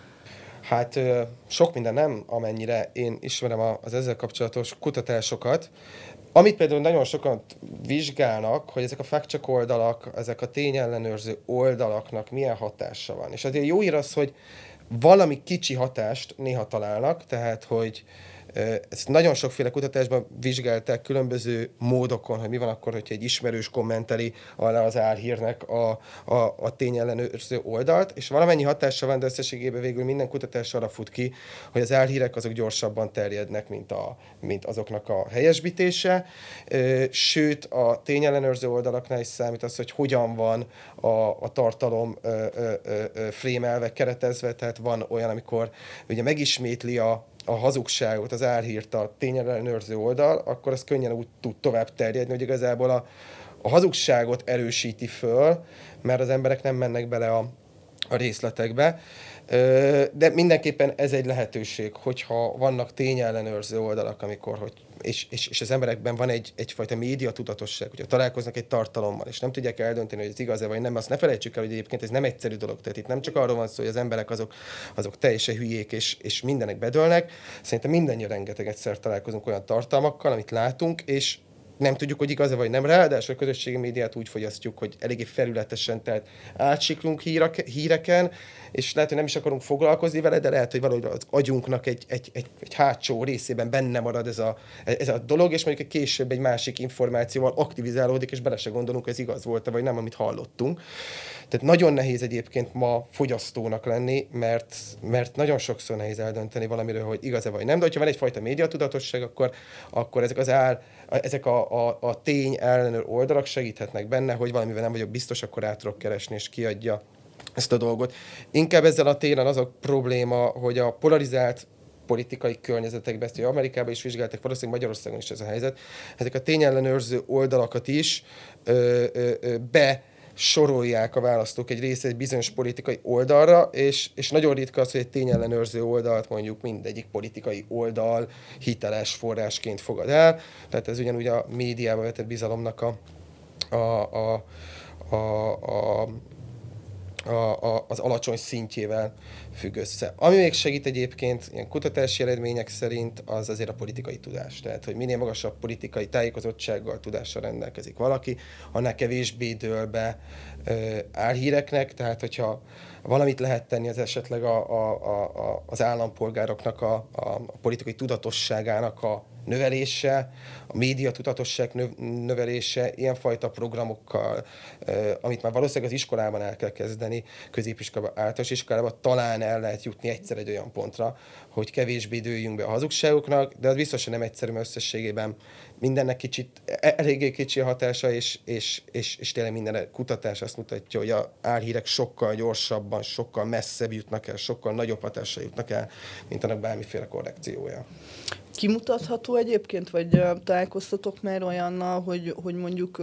Hát sok minden nem, amennyire én ismerem az ezzel kapcsolatos kutatásokat. Amit például nagyon sokan vizsgálnak, hogy ezek a fact-check oldalak, ezek a tényellenőrző oldalaknak milyen hatása van. És azért jó ír az, hogy valami kicsi hatást néha találnak, tehát hogy ezt nagyon sokféle kutatásban vizsgálták különböző módokon, hogy mi van akkor, hogyha egy ismerős kommenteli alá az álhírnek a, a, a tényellenőrző oldalt, és valamennyi hatása van, de összességében végül minden kutatás arra fut ki, hogy az álhírek azok gyorsabban terjednek, mint, a, mint azoknak a helyesbítése. Sőt, a tényellenőrző oldalaknál is számít az, hogy hogyan van a, a tartalom frémelve, keretezve, tehát van olyan, amikor ugye megismétli a a hazugságot, az álhírt a tényellenőrző oldal, akkor az könnyen úgy tud tovább terjedni, hogy igazából a, a hazugságot erősíti föl, mert az emberek nem mennek bele a, a részletekbe. De mindenképpen ez egy lehetőség, hogyha vannak tényellenőrző oldalak, amikor, hogy, és, és, és az emberekben van egy, egyfajta média tudatosság, hogyha találkoznak egy tartalommal, és nem tudják eldönteni, hogy ez igaz-e vagy nem, azt ne felejtsük el, hogy egyébként ez nem egyszerű dolog. Tehát itt nem csak arról van szó, hogy az emberek azok, azok teljesen hülyék, és, és mindenek bedőlnek. Szerintem mindannyian rengeteg egyszer találkozunk olyan tartalmakkal, amit látunk, és nem tudjuk, hogy igaz-e vagy nem. Ráadásul a közösségi médiát úgy fogyasztjuk, hogy eléggé felületesen, tehát átsiklunk híreken, és lehet, hogy nem is akarunk foglalkozni vele, de lehet, hogy valahogy az agyunknak egy, egy, egy, egy hátsó részében benne marad ez a, ez a dolog, és mondjuk később egy másik információval aktivizálódik, és bele se gondolunk, hogy ez igaz volt-e, vagy nem, amit hallottunk. Tehát nagyon nehéz egyébként ma fogyasztónak lenni, mert, mert nagyon sokszor nehéz eldönteni valamiről, hogy igaz-e vagy nem, de hogyha van egyfajta médiatudatosság, akkor, akkor ezek az áll, ezek a, a, a tény ellenőr oldalak segíthetnek benne, hogy valamivel nem vagyok biztos, akkor át tudok keresni, és kiadja ezt a dolgot. Inkább ezzel a téren az a probléma, hogy a polarizált politikai környezetekben, ezt, hogy Amerikában is vizsgáltak, valószínűleg Magyarországon is ez a helyzet, ezek a tényellenőrző oldalakat is ö, ö, ö, be sorolják a választók egy része egy bizonyos politikai oldalra, és, és nagyon ritka az, hogy egy tényellenőrző oldalt mondjuk mindegyik politikai oldal hiteles forrásként fogad el. Tehát ez ugyanúgy a médiába vetett bizalomnak a, a, a, a, a a, a, az alacsony szintjével függ össze. Ami még segít egyébként ilyen kutatási eredmények szerint, az azért a politikai tudás. Tehát, hogy minél magasabb politikai tájékozottsággal, tudással rendelkezik valaki, annál kevésbé dől be ö, álhíreknek, tehát hogyha valamit lehet tenni, az esetleg a, a, a, az állampolgároknak a, a, a politikai tudatosságának a növelése, a média tudatosság növelése, ilyenfajta programokkal, amit már valószínűleg az iskolában el kell kezdeni, középiskolában, általános iskolában talán el lehet jutni egyszer egy olyan pontra, hogy kevésbé dőljünk be a hazugságoknak, de az biztos, hogy nem egyszerű, mert összességében mindennek kicsit, eléggé kicsi a hatása, és, és, és, és tényleg minden kutatás azt mutatja, hogy a álhírek sokkal gyorsabban, sokkal messzebb jutnak el, sokkal nagyobb hatással jutnak el, mint annak bármiféle korrekciója. Kimutatható egyébként, vagy uh, találkoztatok már olyannal, hogy, hogy mondjuk uh,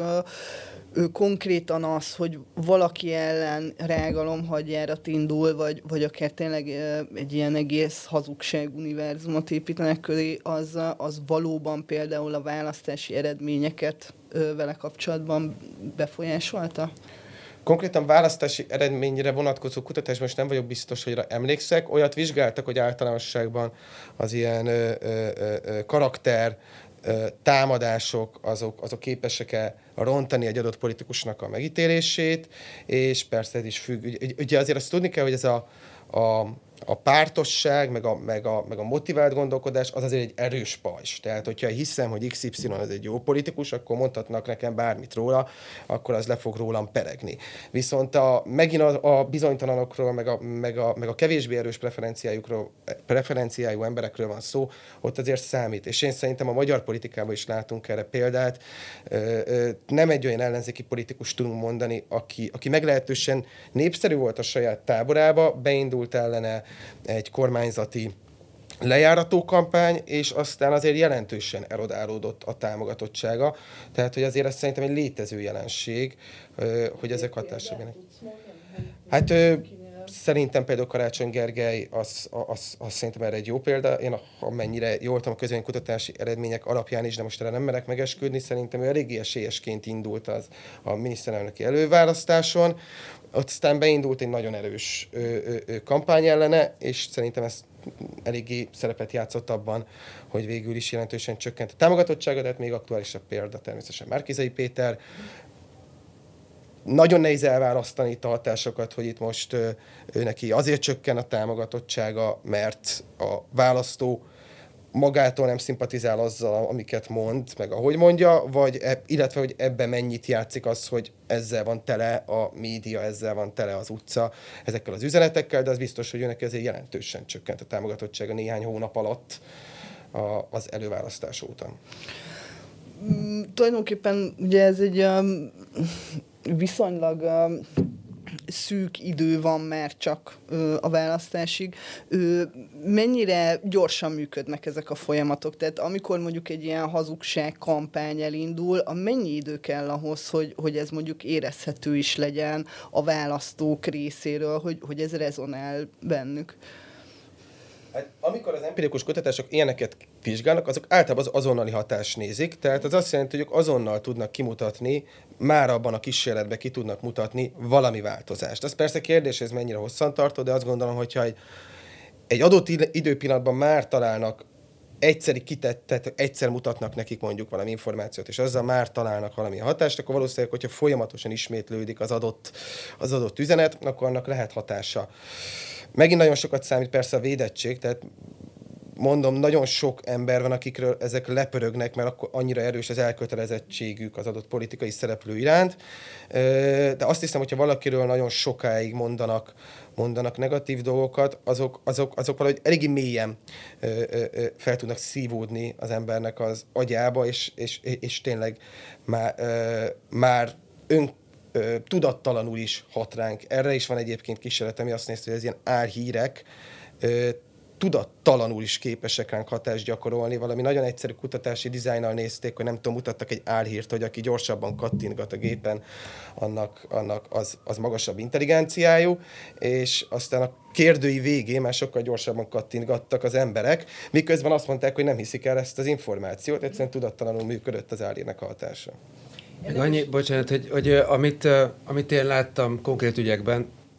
ő konkrétan az, hogy valaki ellen rágalomhagyjárat indul, vagy, vagy akár tényleg uh, egy ilyen egész hazugság univerzumot építenek köré, az, az valóban például a választási eredményeket uh, vele kapcsolatban befolyásolta? Konkrétan választási eredményre vonatkozó kutatásban most nem vagyok biztos, hogy emlékszek. Olyat vizsgáltak, hogy általánosságban az ilyen ö, ö, ö, karakter ö, támadások, azok, azok képesek-e rontani egy adott politikusnak a megítélését, és persze ez is függ. Ugye azért azt tudni kell, hogy ez a, a a pártosság, meg a, meg, a, meg a motivált gondolkodás, az azért egy erős pajzs. Tehát, hogyha hiszem, hogy iksz ipszilon az egy jó politikus, akkor mondhatnak nekem bármit róla, akkor az le fog rólam peregni. Viszont a, megint a, a bizonytalanokról, meg a, meg, a, meg a kevésbé erős preferenciájukról, preferenciájú emberekről van szó, ott azért számít. És én szerintem a magyar politikában is látunk erre példát. Nem egy olyan ellenzéki politikus tudunk mondani, aki, aki meglehetősen népszerű volt a saját táborába, beindult ellene egy kormányzati lejárató kampány, és aztán azért jelentősen erodálódott a támogatottsága. Tehát, hogy azért ez szerintem egy létező jelenség, hogy ezek hatással jönnek. Hát szerintem például Karácsony Gergely, az, az, az szerintem erre egy jó példa. Én amennyire jól tudom a közvéleménykutatási eredmények alapján is, de most erre nem merek megesküdni, szerintem ő eléggé esélyesként indult az a miniszterelnöki előválasztáson. Ott aztán beindult egy nagyon erős ö, ö, ö, kampány ellene, és szerintem ez eléggé szerepet játszott abban, hogy végül is jelentősen csökkent a támogatottsága, de hát még aktuálisabb példa természetesen Márki-Zay Péter. Nagyon nehéz elválasztani itt a hatásokat, hogy itt most ö, ő neki azért csökken a támogatottsága, mert a választó magától nem szimpatizál azzal, amiket mond, meg ahogy mondja, vagy eb, illetve, hogy ebben mennyit játszik az, hogy ezzel van tele a média, ezzel van tele az utca, ezekkel az üzenetekkel, de az biztos, hogy őnek ezért jelentősen csökkent a támogatottsága néhány hónap alatt a, az előválasztás óta. Mm, tulajdonképpen ugye ez egy um, viszonylag um, szűk idő van már csak ö, a választásig. Ö, mennyire gyorsan működnek ezek a folyamatok? Tehát amikor mondjuk egy ilyen hazugság kampány elindul, a mennyi idő kell ahhoz, hogy, hogy ez mondjuk érezhető is legyen a választók részéről, hogy, hogy ez rezonál bennük? Hát, amikor az empirikus kutatások ilyeneket vizsgálnak, azok általában az azonnali hatást nézik, tehát az azt jelenti, hogy ők azonnal tudnak kimutatni, már abban a kísérletben ki tudnak mutatni valami változást. Az persze kérdés, ez mennyire hosszantartó, de azt gondolom, hogyha egy, egy adott időpillanatban már találnak egyszeri kitettet, egyszer mutatnak nekik mondjuk valami információt, és azzal már találnak valami hatást, akkor valószínűleg, hogyha folyamatosan ismétlődik az adott, az adott üzenet, akkor annak lehet hatása. Megint nagyon sokat számít persze a védettség, tehát mondom, nagyon sok ember van, akikről ezek lepörögnek, mert akkor annyira erős az elkötelezettségük az adott politikai szereplő iránt. De azt hiszem, hogyha valakiről nagyon sokáig mondanak, mondanak negatív dolgokat, azok, azok, azok valahogy eléggé mélyen fel tudnak szívódni az embernek az agyába, és, és, és tényleg már, már ön tudattalanul is hat ránk. Erre is van egyébként kísérlet, ami azt nézte, hogy ez ilyen álhírek tudattalanul is képesek ránk hatást gyakorolni. Valami nagyon egyszerű kutatási dizájnnal nézték, hogy nem tudom, mutattak egy álhírt, hogy aki gyorsabban kattintgat a gépen, annak, annak az, az magasabb intelligenciájú, és aztán a kérdői végén már sokkal gyorsabban kattintgattak az emberek, miközben azt mondták, hogy nem hiszik el ezt az információt, egyszerűen tudattalanul működött az álhírnek a hatása. Meg annyi, bocsánat, hogy, hogy amit, amit én láttam konkrét ügyekben,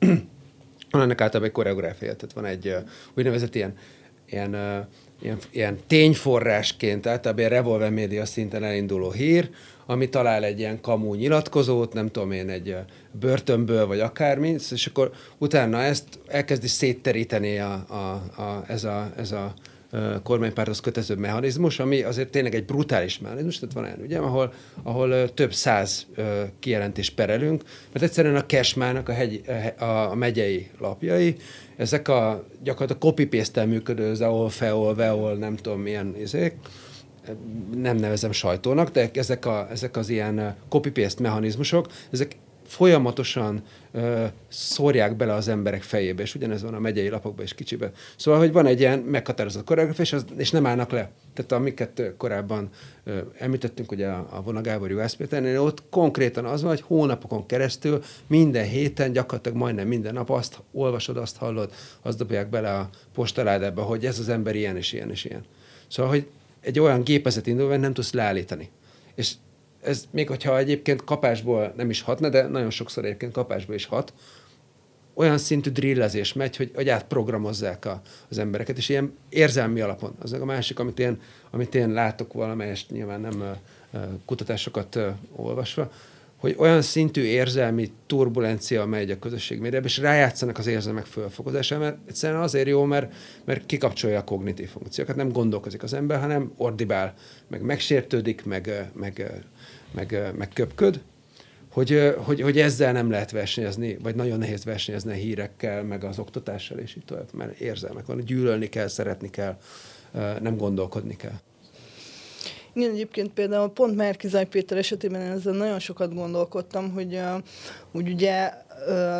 van ennek általában egy koreográfia, tehát van egy úgynevezett ilyen, ilyen, ilyen, ilyen tényforrásként, általában ilyen revolver média szinten elinduló hír, ami talál egy ilyen kamú nyilatkozót, nem tudom én, egy börtönből, vagy akármi, és akkor utána ezt elkezdi szétteríteni a, a, a, ez a, ez a kormánypárthoz kötöző mechanizmus, ami azért tényleg egy brutális mechanizmus, tehát van olyan ügyem, ahol, ahol több száz kijelentést perelünk, mert egyszerűen a Cashmának a, hegy, a megyei lapjai, ezek a gyakorlatilag copy-paste-tel működő Zeol, Feol, Veol, nem tudom milyen izék, nem nevezem sajtónak, de ezek, a, ezek az ilyen copy-paste mechanizmusok, ezek folyamatosan uh, szórják bele az emberek fejébe, és ugyanez van a megyei lapokban is kicsibe. Szóval, hogy van egy ilyen meghatározott koreográfia, és, az, és nem állnak le. Tehát amiket korábban uh, említettünk, ugye a, a Vona Gábor Juhász Péternél, ott konkrétan az van, hogy hónapokon keresztül minden héten, gyakorlatilag majdnem minden nap azt olvasod, azt hallod, azt dobják bele a postaládába, hogy ez az ember ilyen és ilyen és ilyen. Szóval, hogy egy olyan gépezet indulva nem tudsz leállítani. És ez még hogyha egyébként kapásból nem is hatna, de nagyon sokszor egyébként kapásból is hat, olyan szintű drillezés megy, hogy, hogy átprogramozzák a, az embereket, és ilyen érzelmi alapon. Az a másik, amit én, amit én látok valamelyest, nyilván nem uh, kutatásokat uh, olvasva, hogy olyan szintű érzelmi turbulencia megy a közösség médiában, és rájátszanak az érzelmek fölfokozására, mert egyszerűen azért jó, mert, mert kikapcsolja a kognitív funkciókat, nem gondolkozik az ember, hanem ordibál, meg megsértődik, meg, meg, meg, meg köpköd, hogy, hogy, hogy ezzel nem lehet versenyezni, vagy nagyon nehéz versenyezni a hírekkel, meg az oktatással, és így tovább, mert érzelmek van, gyűlölni kell, szeretni kell, nem gondolkodni kell. Igen, egyébként például pont Márki-Zay Péter esetében ezzel nagyon sokat gondolkodtam, hogy, uh, hogy ugye uh,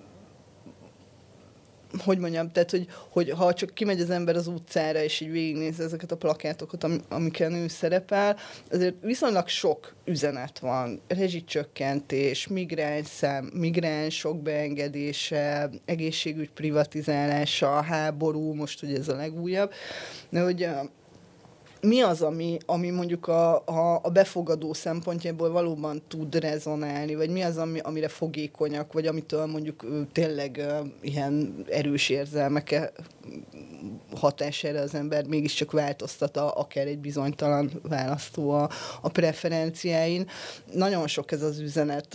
hogy mondjam, tehát, hogy, hogy ha csak kimegy az ember az utcára, és így végignézze ezeket a plakátokat, am- amiken ő szerepel, azért viszonylag sok üzenet van. Rezsicsökkentés, migráns migránsok beengedése, egészségügy privatizálása, háború, most ugye ez a legújabb. De hogy uh, mi az, ami, ami mondjuk a, a, a befogadó szempontjából valóban tud rezonálni, vagy mi az, ami, amire fogékonyak, vagy amitől mondjuk tényleg uh, ilyen erős érzelmek hatására az ember mégiscsak változtat a, akár egy bizonytalan választó a, a preferenciáin. Nagyon sok ez az üzenet.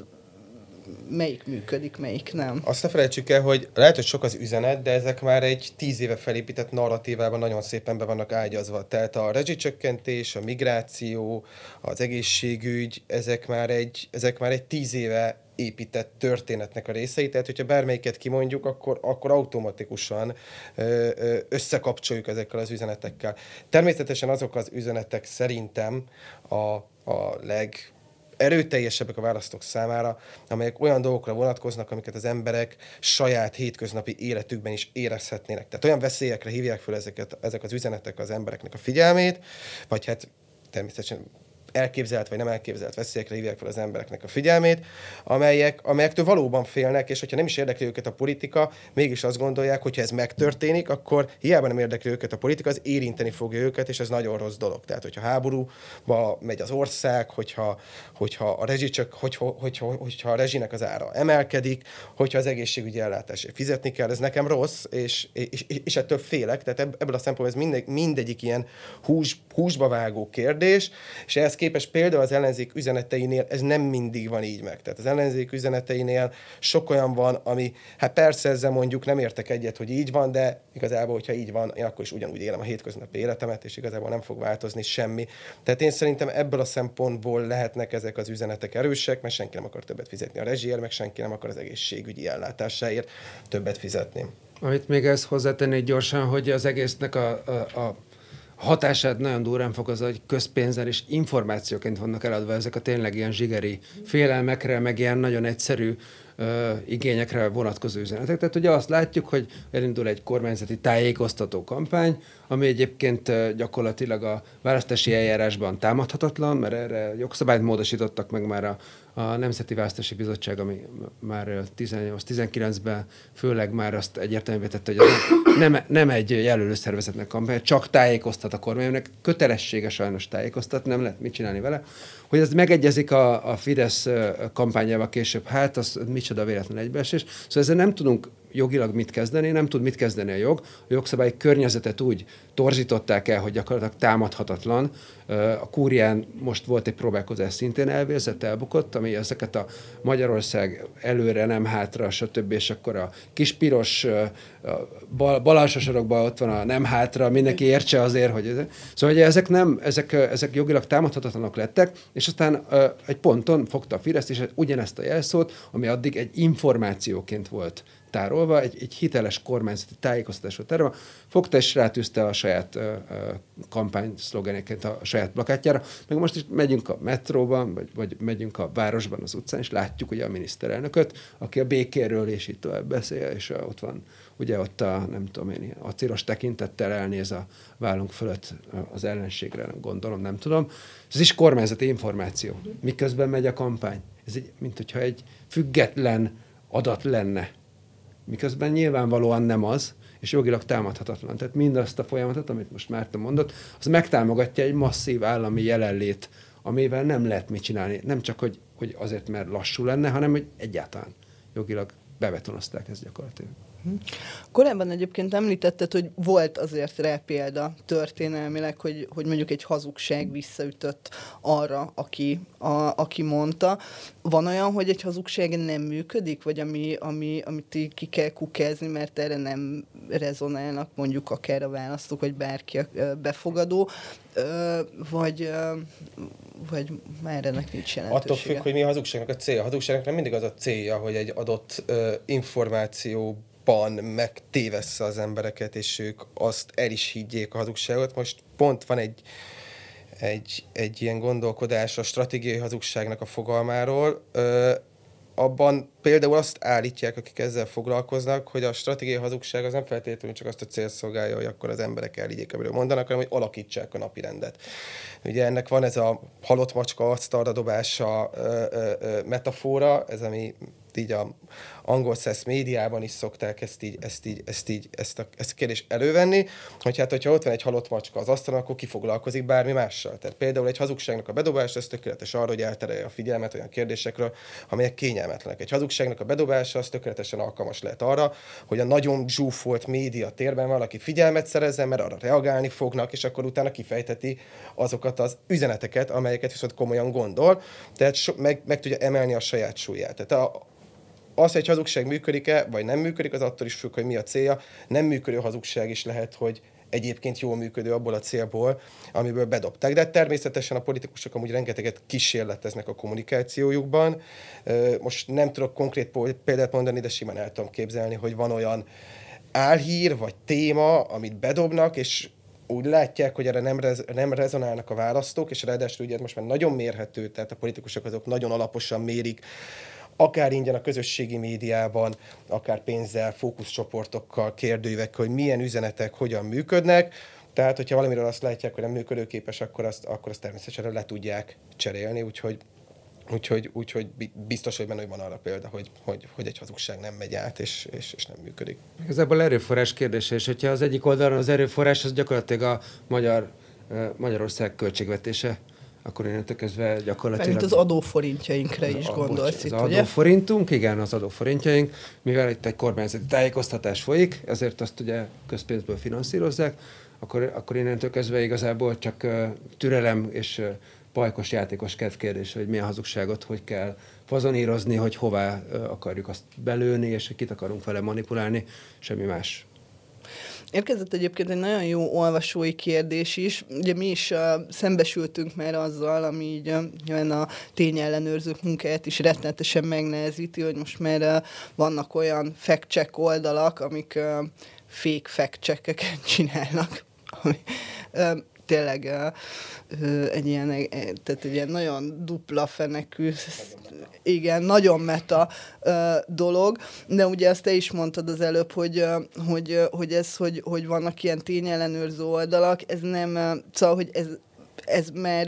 Melyik működik, melyik nem. Azt ne felejtsük el, hogy lehet, hogy sok az üzenet, de ezek már egy tíz éve felépített narratívában nagyon szépen be vannak ágyazva. Tehát a rezsicsökkentés, a migráció, az egészségügy, ezek már egy, ezek már egy tíz éve épített történetnek a részei, tehát hogyha bármelyiket kimondjuk, akkor, akkor automatikusan ö, ö, összekapcsoljuk ezekkel az üzenetekkel. Természetesen azok az üzenetek szerintem a, a leg erőteljesebbek a választók számára, amelyek olyan dolgokra vonatkoznak, amiket az emberek saját hétköznapi életükben is érezhetnének. Tehát olyan veszélyekre hívják fel ezeket, ezek az üzenetek az embereknek a figyelmét, vagy hát természetesen elképzelt vagy nem elképzelt veszélyekre hívják fel az embereknek a figyelmét, amelyek, amelyektől valóban félnek, és hogyha nem is érdekli őket a politika, mégis azt gondolják, hogy ha ez megtörténik, akkor hiába nem érdekli őket a politika, az érinteni fogja őket, és ez nagyon rossz dolog. Tehát, hogyha háborúba megy az ország, hogyha, hogyha, a rezsi csak, hogyha, hogyha, hogyha a rezsinek az ára emelkedik, hogyha az egészségügyi ellátásért fizetni kell, ez nekem rossz, és, és, és ettől félek, tehát ebből a szempontból ez mindegy, mindegyik ilyen hús, húsba vágó kérdés, és ehhez képest például az ellenzék üzeneteinél ez nem mindig van így meg. Tehát az ellenzék üzeneteinél sok olyan van, ami, hát persze ezzel mondjuk nem értek egyet, hogy így van, de igazából, hogyha így van, én akkor is ugyanúgy élem a hétköznapi életemet, és igazából nem fog változni semmi. Tehát én szerintem ebből a szempontból lehetnek ezek az üzenetek erősek, mert senki nem akar többet fizetni a rezsiért, meg senki nem akar az egészségügyi ellátásáért többet fizetni. Amit még ezt hozzátennék gyorsan, hogy az egésznek a, a, a hatását nagyon durán fokozza, hogy közpénzzel és információként vannak eladva ezek a tényleg ilyen zsigeri félelmekre, meg ilyen nagyon egyszerű ö, igényekre vonatkozó üzenetek. Tehát ugye azt látjuk, hogy elindul egy kormányzati tájékoztató kampány, ami egyébként ö, gyakorlatilag a választási eljárásban támadhatatlan, mert erre jogszabályt módosítottak meg már a, a Nemzeti Választási Bizottság, ami már tizennyolc-tizenkilencben főleg már azt egyértelművé tette, hogy nem, nem egy jelölőszervezetnek kampány, csak tájékoztat a kormánynak, kötelessége sajnos tájékoztatni, nem lehet mit csinálni vele. Hogy ez megegyezik a, a Fidesz kampányával később, hát az micsoda véletlen egybeesés. Szóval ezzel nem tudunk jogilag mit kezdeni, nem tud mit kezdeni a jog. A jogszabályi környezetet úgy torzították el, hogy gyakorlatilag támadhatatlan. A kúrián most volt egy próbálkozás, szintén elvérzett, elbukott, ami ezeket a Magyarország előre, nem hátra, stb. És akkor a kispiros bal, bal alsó sorokban ott van a nem hátra, mindenki értse azért, hogy... Ez... Szóval hogy ezek, nem, ezek, ezek jogilag támadhatatlanok lettek, és aztán egy ponton fogta a Fidesz, és ugyanezt a jelszót, ami addig egy információként volt tárolva, egy, egy hiteles kormányzati tájékoztatásra tárolva, fogta és rátűzte a saját uh, kampány szlogenjeként a saját plakátjára, meg most is megyünk a metróban, vagy, vagy megyünk a városban, az utcán, és látjuk ugye a miniszterelnököt, aki a békéről és így tovább beszél, és uh, ott van, ugye ott a, nem tudom én, a acélos tekintettel elnéz a vállunk fölött az ellenségre, gondolom, nem tudom. Ez is kormányzati információ. Miközben megy a kampány. Ez egy, mint hogyha egy független adat lenne. Miközben nyilvánvalóan nem az, és jogilag támadhatatlan. Tehát mindazt a folyamatot, amit most Márta mondott, az megtámogatja egy masszív állami jelenlét, amivel nem lehet mit csinálni. Nem csak, hogy, hogy azért, mert lassú lenne, hanem, hogy egyáltalán jogilag bebetonozták ezt gyakorlatilag. Korábban egyébként említetted, hogy volt azért rá példa történelmileg, hogy, hogy mondjuk egy hazugság visszaütött arra, aki, a, aki mondta. Van olyan, hogy egy hazugság nem működik, vagy ami, ami, amit így ki kell kukázni, mert erre nem rezonálnak mondjuk akár a választók, vagy bárki a befogadó, vagy, vagy már ennek nincs jelentősége. Attól függ, hogy mi a hazugságnak a célja. A hazugságnak nem mindig az a célja, hogy egy adott uh, információ megtévessze az embereket, és ők azt el is higgyék a hazugságot. Most pont van egy, egy, egy ilyen gondolkodás a stratégiai hazugságnak a fogalmáról. Ö, abban például azt állítják, akik ezzel foglalkoznak, hogy a stratégiai hazugság az nem feltétlenül csak azt a célt szolgálja, hogy akkor az emberek elhiggyék, amiről mondanak, hanem hogy alakítsák a napirendet. Ugye ennek van ez a halott macska asztalra dobása ö, ö, ö, metafora, ez ami így a angol száz médiában is szokták ezt így, ezt így, ezt így, ezt a, ezt a kérdést elővenni, hogy hát, hogyha ott van egy halott macska az asztalon, akkor ki foglalkozik bármi mással. Tehát például egy hazugságnak a bedobása, ez tökéletes arra, hogy elterelje a figyelmet olyan kérdésekről, amelyek kényelmetlenek. Egy hazugságnak a bedobása, az tökéletesen alkalmas lehet arra, hogy a nagyon zsúfolt média térben valaki figyelmet szerezzen, mert arra reagálni fognak, és akkor utána kifejteti azokat az üzeneteket, amelyeket viszont komolyan gondol, tehát so, meg, meg tudja emelni a saját súlyát. Tehát a, az, hogy egy hazugság működik-e, vagy nem működik, az attól is függ, hogy mi a célja. Nem működő hazugság is lehet, hogy egyébként jól működő abból a célból, amiből bedobták. De természetesen a politikusok amúgy rengeteget kísérleteznek a kommunikációjukban. Most nem tudok konkrét példát mondani, de simán el tudom képzelni, hogy van olyan álhír vagy téma, amit bedobnak, és úgy látják, hogy erre nem, rez, nem rezonálnak a választók, és ráadásul ugye most már nagyon mérhető, tehát a politikusok azok nagyon alaposan mérik, akár ingyen a közösségi médiában, akár pénzzel, fókuszcsoportokkal, kérdőívekkel, hogy milyen üzenetek hogyan működnek. Tehát, hogyha valamiről azt látják, hogy nem működőképes, akkor azt, akkor azt természetesen le tudják cserélni, úgyhogy, úgyhogy, úgyhogy biztos, hogy benne hogy van arra példa, hogy, hogy, hogy egy hazugság nem megy át, és, és, és nem működik. Igazából erőforrás kérdése, és hogyha az egyik oldalon az erőforrás, az gyakorlatilag a magyar, Magyarország költségvetése, akkor innentől kezdve gyakorlatilag... Mert az adóforintjainkra is gondolsz itt, ugye? Az ugye? adóforintunk, igen, az adóforintjaink, mivel itt egy kormányzati tájékoztatás folyik, ezért azt ugye közpénzből finanszírozzák, akkor, akkor innentől kezdve igazából csak uh, türelem és uh, pajkos játékos kedvkérdés, hogy milyen hazugságot, hogy kell fazonírozni, hogy hová uh, akarjuk azt belőni, és hogy kit akarunk vele manipulálni, semmi más. Érkezett egyébként egy nagyon jó olvasói kérdés is. Ugye mi is uh, szembesültünk már azzal, ami így uh, a tényellenőrzők munkáját is rettenetesen megnehezíti, hogy most már uh, vannak olyan fact-check oldalak, amik uh, fake fact-checkeket csinálnak. Ami, uh, tényleg uh, uh, egy ilyen, uh, tehát egy ilyen nagyon dupla fenekű, igen, nagyon meta uh, dolog, de ugye azt te is mondtad az előbb, hogy, uh, hogy, uh, hogy ez, hogy, hogy vannak ilyen tényellenőrző oldalak, ez nem, uh, szóval, hogy ez, ez már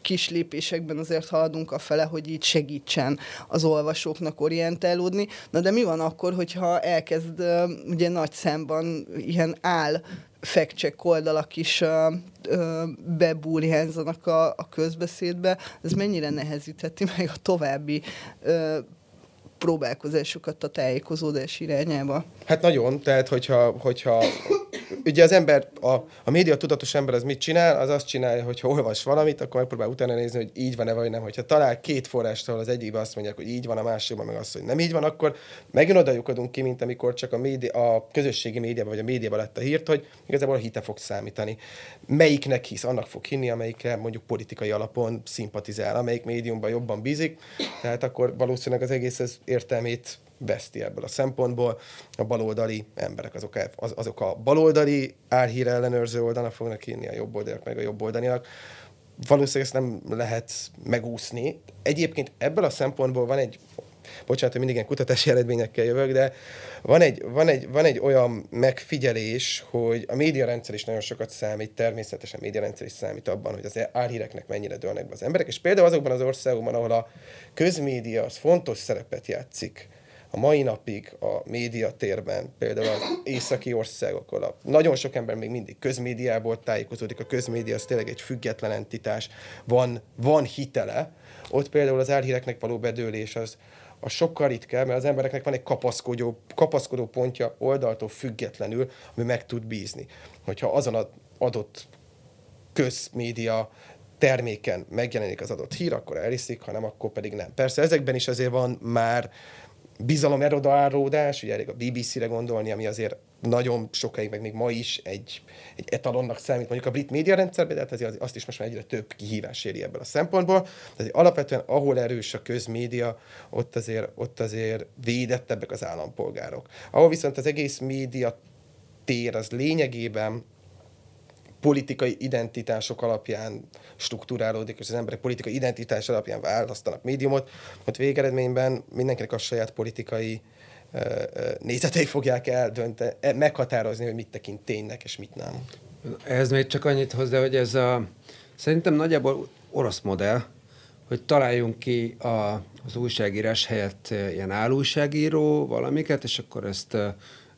kis lépésekben azért haladunk afele, hogy így segítsen az olvasóknak orientálódni. Na de mi van akkor, hogyha elkezd uh, ugye nagy számban ilyen áll fact-check oldalak is uh, uh, bebúrjánzanak a, a közbeszédbe, ez mennyire nehezítheti meg a további uh, próbálkozásokat a tájékozódás irányába? Hát nagyon, tehát hogyha, hogyha ugye az ember, a, a média tudatos ember az mit csinál? Az azt csinálja, hogyha olvas valamit, akkor megpróbál utána nézni, hogy így van-e vagy nem. Hogyha talál két forrást, ahol az egyikben azt mondják, hogy így van, a másikban meg azt, hogy nem így van, akkor megint oda lyukadunk ki, mint amikor csak a, média, a közösségi médiában vagy a médiában lett a hírt, hogy igazából a hite fog számítani. Melyiknek hisz? Annak fog hinni, amelyikre mondjuk politikai alapon szimpatizál, amelyik médiumban jobban bízik. Tehát akkor valószínűleg az egész ez értelmét veszti ebből a szempontból. A baloldali emberek azok, az, azok a baloldali álhír ellenőrző oldalnak fognak hinni, a jobboldaliak meg a jobboldaliak. Valószínűleg ezt nem lehet megúszni. Egyébként ebből a szempontból van egy, bocsánat, hogy mindig ilyen kutatási eredményekkel jövök, de van egy, van egy, van egy olyan megfigyelés, hogy a médiarendszer is nagyon sokat számít, természetesen a médiarendszer is számít abban, hogy az álhíreknek mennyire dőlnek be az emberek, és például azokban az országokban, ahol a közmédia az fontos szerepet játszik, a mai napig a médiatérben, például az északi országokon, a nagyon sok ember még mindig közmédiából tájékozódik, a közmédia az tényleg egy független entitás, van, van hitele, ott például az álhíreknek való bedőlés az, az sokkal ritkább, mert az embereknek van egy kapaszkodó, kapaszkodó pontja oldaltól függetlenül, ami meg tud bízni. Hogyha azon az adott közmédia terméken megjelenik az adott hír, akkor elhiszik, ha nem, akkor pedig nem. Persze ezekben is azért van már bizalom erodáródás, ugye elég a bé bé cére gondolni, ami azért nagyon sokáig, meg még ma is egy, egy etalonnak számít, mondjuk a brit médiarendszerben, de hát azért azt is most már egyre több kihívás éri ebből a szempontból. Tehát alapvetően, ahol erős a közmédia, ott azért, ott azért védettebbek az állampolgárok. Ahol viszont az egész média tér az lényegében politikai identitások alapján strukturálódik, és az emberek politikai identitás alapján választanak médiumot, ott végeredményben mindenkinek a saját politikai uh, nézetei fogják eldönteni, meghatározni, hogy mit tekint ténynek, és mit nem. Ez még csak annyit hozzá, hogy ez a, szerintem nagyjából orosz modell, hogy találjunk ki a, az újságírás helyett ilyen álújságíró valamiket, és akkor ezt uh,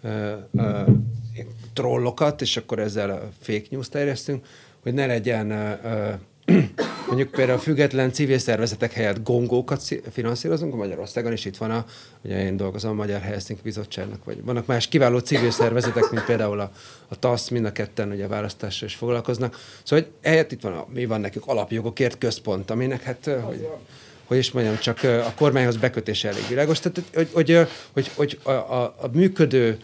uh, trollokat, és akkor ezzel a fake news terjesztünk, hogy ne legyen uh, mondjuk például a független civil szervezetek helyett gongókat finanszírozunk a Magyarországon, és itt van a, ugye én dolgozom a Magyar Helsinki Bizottságnak, vagy vannak más kiváló civil szervezetek, mint például a, a TASZ, mind a ketten ugye a választással is foglalkoznak. Szóval hogy ehhez itt van, a, mi van nekünk alapjogokért központ, aminek hát, hogy, hogy is mondjam, csak a kormányhoz bekötése elég világos. Tehát, hogy, hogy, hogy, hogy a, a, a működő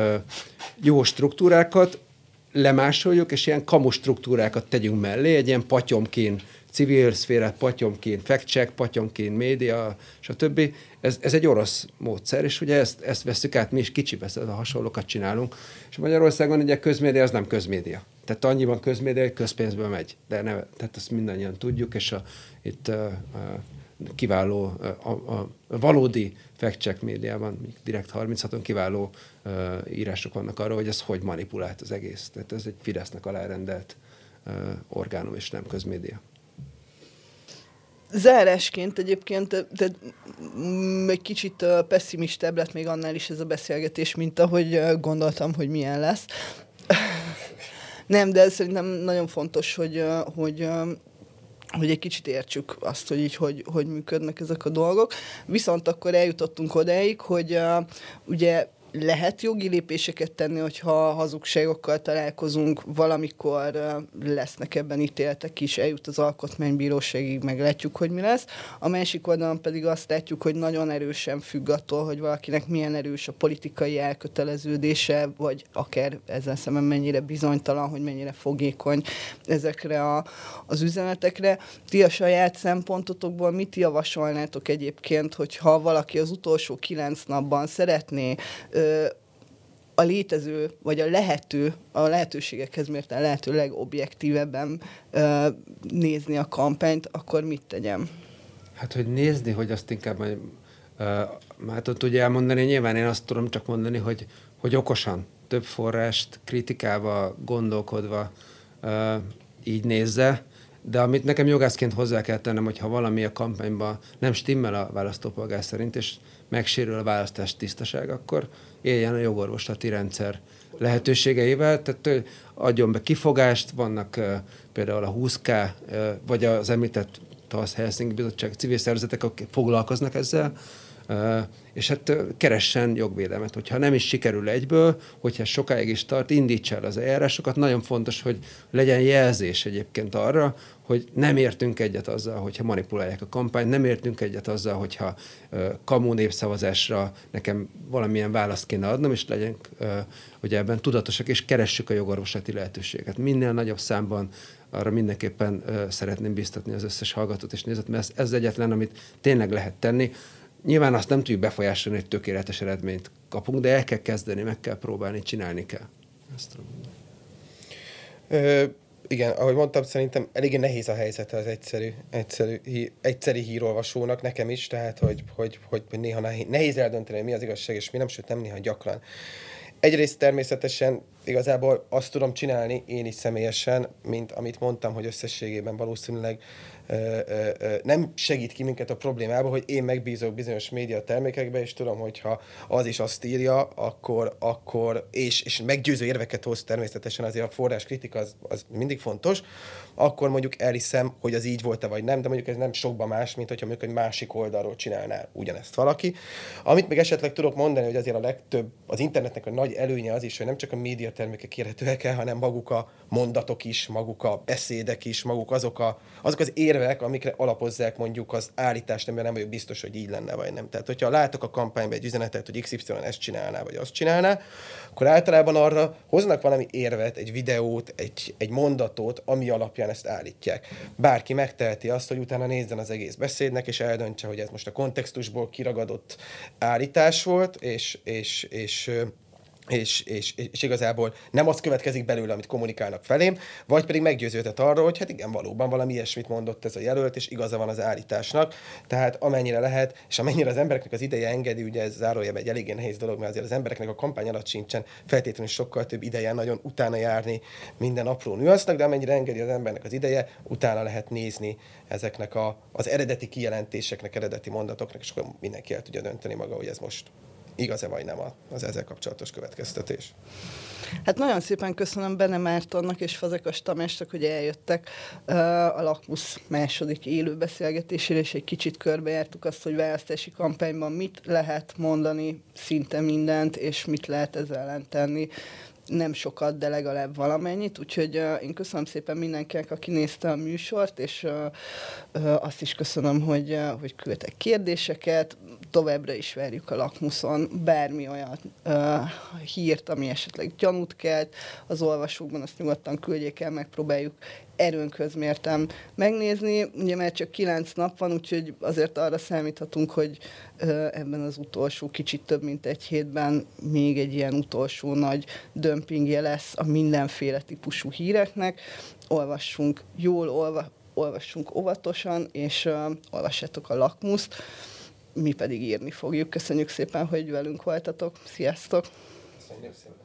jó struktúrákat lemásoljuk, és ilyen kamu struktúrákat tegyünk mellé, egy ilyen patyomkin, civil szférát patyomkin, fact-check, patyomkin, média, stb. Ez, ez egy orosz módszer, és ugye ezt, ezt veszük át, mi is kicsibe, a hasonlókat csinálunk. És Magyarországon ugye közmédia az nem közmédia. Tehát annyiban közmédia, hogy közpénzből megy. De ne, tehát ezt mindannyian tudjuk, és a, itt a, a kiváló, a, a, a valódi fact-check médiában, Direkt harminchaton kiváló uh, írások vannak arról, hogy ez hogy manipulált az egész. Tehát ez egy Fidesznek alárendelt uh, orgánum, és nem közmédia. Zárásként egyébként de, m- egy kicsit uh, pessimistább lett még annál is ez a beszélgetés, mint ahogy uh, gondoltam, hogy milyen lesz. Nem, de szerintem nagyon fontos, hogy, uh, hogy uh, hogy egy kicsit értsük azt, hogy így, hogy, hogy működnek ezek a dolgok. Viszont akkor eljutottunk odáig, hogy uh, ugye lehet jogi lépéseket tenni, hogyha hazugságokkal találkozunk, valamikor uh, lesznek ebben ítéletek is, eljut az alkotmánybíróságig, meg látjuk, hogy mi lesz. A másik oldalon pedig azt látjuk, hogy nagyon erősen függ attól, hogy valakinek milyen erős a politikai elköteleződése, vagy akár ezzel szemben mennyire bizonytalan, hogy mennyire fogékony ezekre a, az üzenetekre. Ti a saját szempontotokból mit javasolnátok egyébként, hogyha valaki az utolsó kilenc napban szeretné a létező, vagy a lehető, a lehetőségekhez mérten lehető legobjektívebben uh, nézni a kampányt, akkor mit tegyem? Hát, hogy nézni, hogy azt inkább majd, uh, már tudja elmondani, nyilván én azt tudom csak mondani, hogy, hogy okosan, több forrást kritikálva, gondolkodva uh, így nézze. De amit nekem jogászként hozzá kell tennem, hogyha valami a kampányban nem stimmel a választópolgár szerint, és megsérül a választás tisztaság, akkor éljen a jogorvoslati rendszer lehetőségeivel, tehát adjon be kifogást, vannak uh, például a húsz ká, uh, vagy az említett TASZ Helsinki Bizottság civil szervezetek, akik foglalkoznak ezzel, uh, és hát uh, keressen jogvédelmet. Hogyha nem is sikerül egyből, hogyha sokáig is tart, indíts el az eljárásokat. Nagyon fontos, hogy legyen jelzés egyébként arra, hogy nem értünk egyet azzal, hogyha manipulálják a kampányt, nem értünk egyet azzal, hogyha uh, kamu népszavazásra nekem valamilyen választ kéne adnom, és legyen, uh, hogy ebben tudatosak, és keressük a jogorvoslati lehetőséget. Minél nagyobb számban arra mindenképpen uh, szeretném biztatni az összes hallgatót és nézőt, mert ez, ez egyetlen, amit tényleg lehet tenni. Nyilván azt nem tudjuk befolyásolni, hogy tökéletes eredményt kapunk, de el kell kezdeni, meg kell próbálni, csinálni kell. Ezt tudom. Ö, igen, ahogy mondtam, szerintem eléggé nehéz a helyzet az egyszerű, egyszerű, hí, egyszerű hírolvasónak, nekem is, tehát hogy, hogy, hogy, hogy néha nehéz, nehéz eldönteni, hogy mi az igazság, és mi nem, sőt nem néha gyakran. Egyrészt természetesen igazából azt tudom csinálni én is személyesen, mint amit mondtam, hogy összességében valószínűleg ö, ö, ö, nem segít ki minket a problémába, hogy én megbízok bizonyos média termékekbe, és tudom, hogyha az is azt írja, akkor, akkor és, és meggyőző érveket hoz természetesen, azért a forrás kritika az, az mindig fontos, akkor mondjuk elhiszem, hogy az így volt-e vagy nem, de mondjuk ez nem sokba más, mint hogyha mondjuk egy másik oldalról csinálná ugyanezt valaki. Amit még esetleg tudok mondani, hogy azért a legtöbb, az internetnek a nagy előnye az is, hogy nem csak a média termékek érhetőek el, hanem maguk a mondatok is, maguk a beszédek is, maguk azok, a, azok az érvek, amikre alapozzák mondjuk az állítást, amiben nem vagyok biztos, hogy így lenne, vagy nem. Tehát, hogyha látok a kampányban egy üzenetet, hogy iksz ipszilon ezt csinálná, vagy azt csinálná, akkor általában arra hoznak valami érvet, egy videót, egy, egy mondatot, ami alapján ezt állítják. Bárki megteheti azt, hogy utána nézzen az egész beszédnek, és eldöntse, hogy ez most a kontextusból kiragadott állítás volt, és, és, és És, és, és igazából nem az következik belőle, amit kommunikálnak felém, vagy pedig meggyőződhet arról, hogy hát igen, valóban valami ilyesmit mondott ez a jelölt, és igaza van az állításnak. Tehát amennyire lehet, és amennyire az embereknek az ideje engedi, ugye ez zárójelben egy eléggé nehéz dolog, mert azért az embereknek a kampány alatt sincsen feltétlenül sokkal több ideje nagyon utána járni minden apró nüansznak, de amennyire engedi az embernek az ideje, utána lehet nézni ezeknek a, az eredeti kijelentéseknek, eredeti mondatoknak, és akkor mindenki el tudja dönteni maga, hogy ez most igaz-e vagy nem az ezzel kapcsolatos következtetés. Hát nagyon szépen köszönöm Bene Mártonnak és Fazekas Tamásnak, hogy eljöttek a Lakmusz második élő beszélgetésére, és egy kicsit körbejártuk azt, hogy választási kampányban mit lehet mondani, szinte mindent, és mit lehet ezzel ellen tenni. Nem sokat, de legalább valamennyit, úgyhogy uh, én köszönöm szépen mindenkinek, aki nézte a műsort, és uh, uh, azt is köszönöm, hogy, uh, hogy küldtek kérdéseket, továbbra is várjuk a Lakmuszon bármi olyan uh, hírt, ami esetleg gyanút kelt az olvasókban, azt nyugodtan küldjék el, megpróbáljuk erőnkhöz mértem megnézni. Ugye már csak kilenc nap van, úgyhogy azért arra számíthatunk, hogy uh, ebben az utolsó kicsit több mint egy hétben még egy ilyen utolsó nagy dömpingje lesz a mindenféle típusú híreknek. Olvassunk jól, olva, olvassunk óvatosan, és uh, olvassátok a Lakmuszt, mi pedig írni fogjuk. Köszönjük szépen, hogy velünk voltatok. Sziasztok! Köszönjük szépen!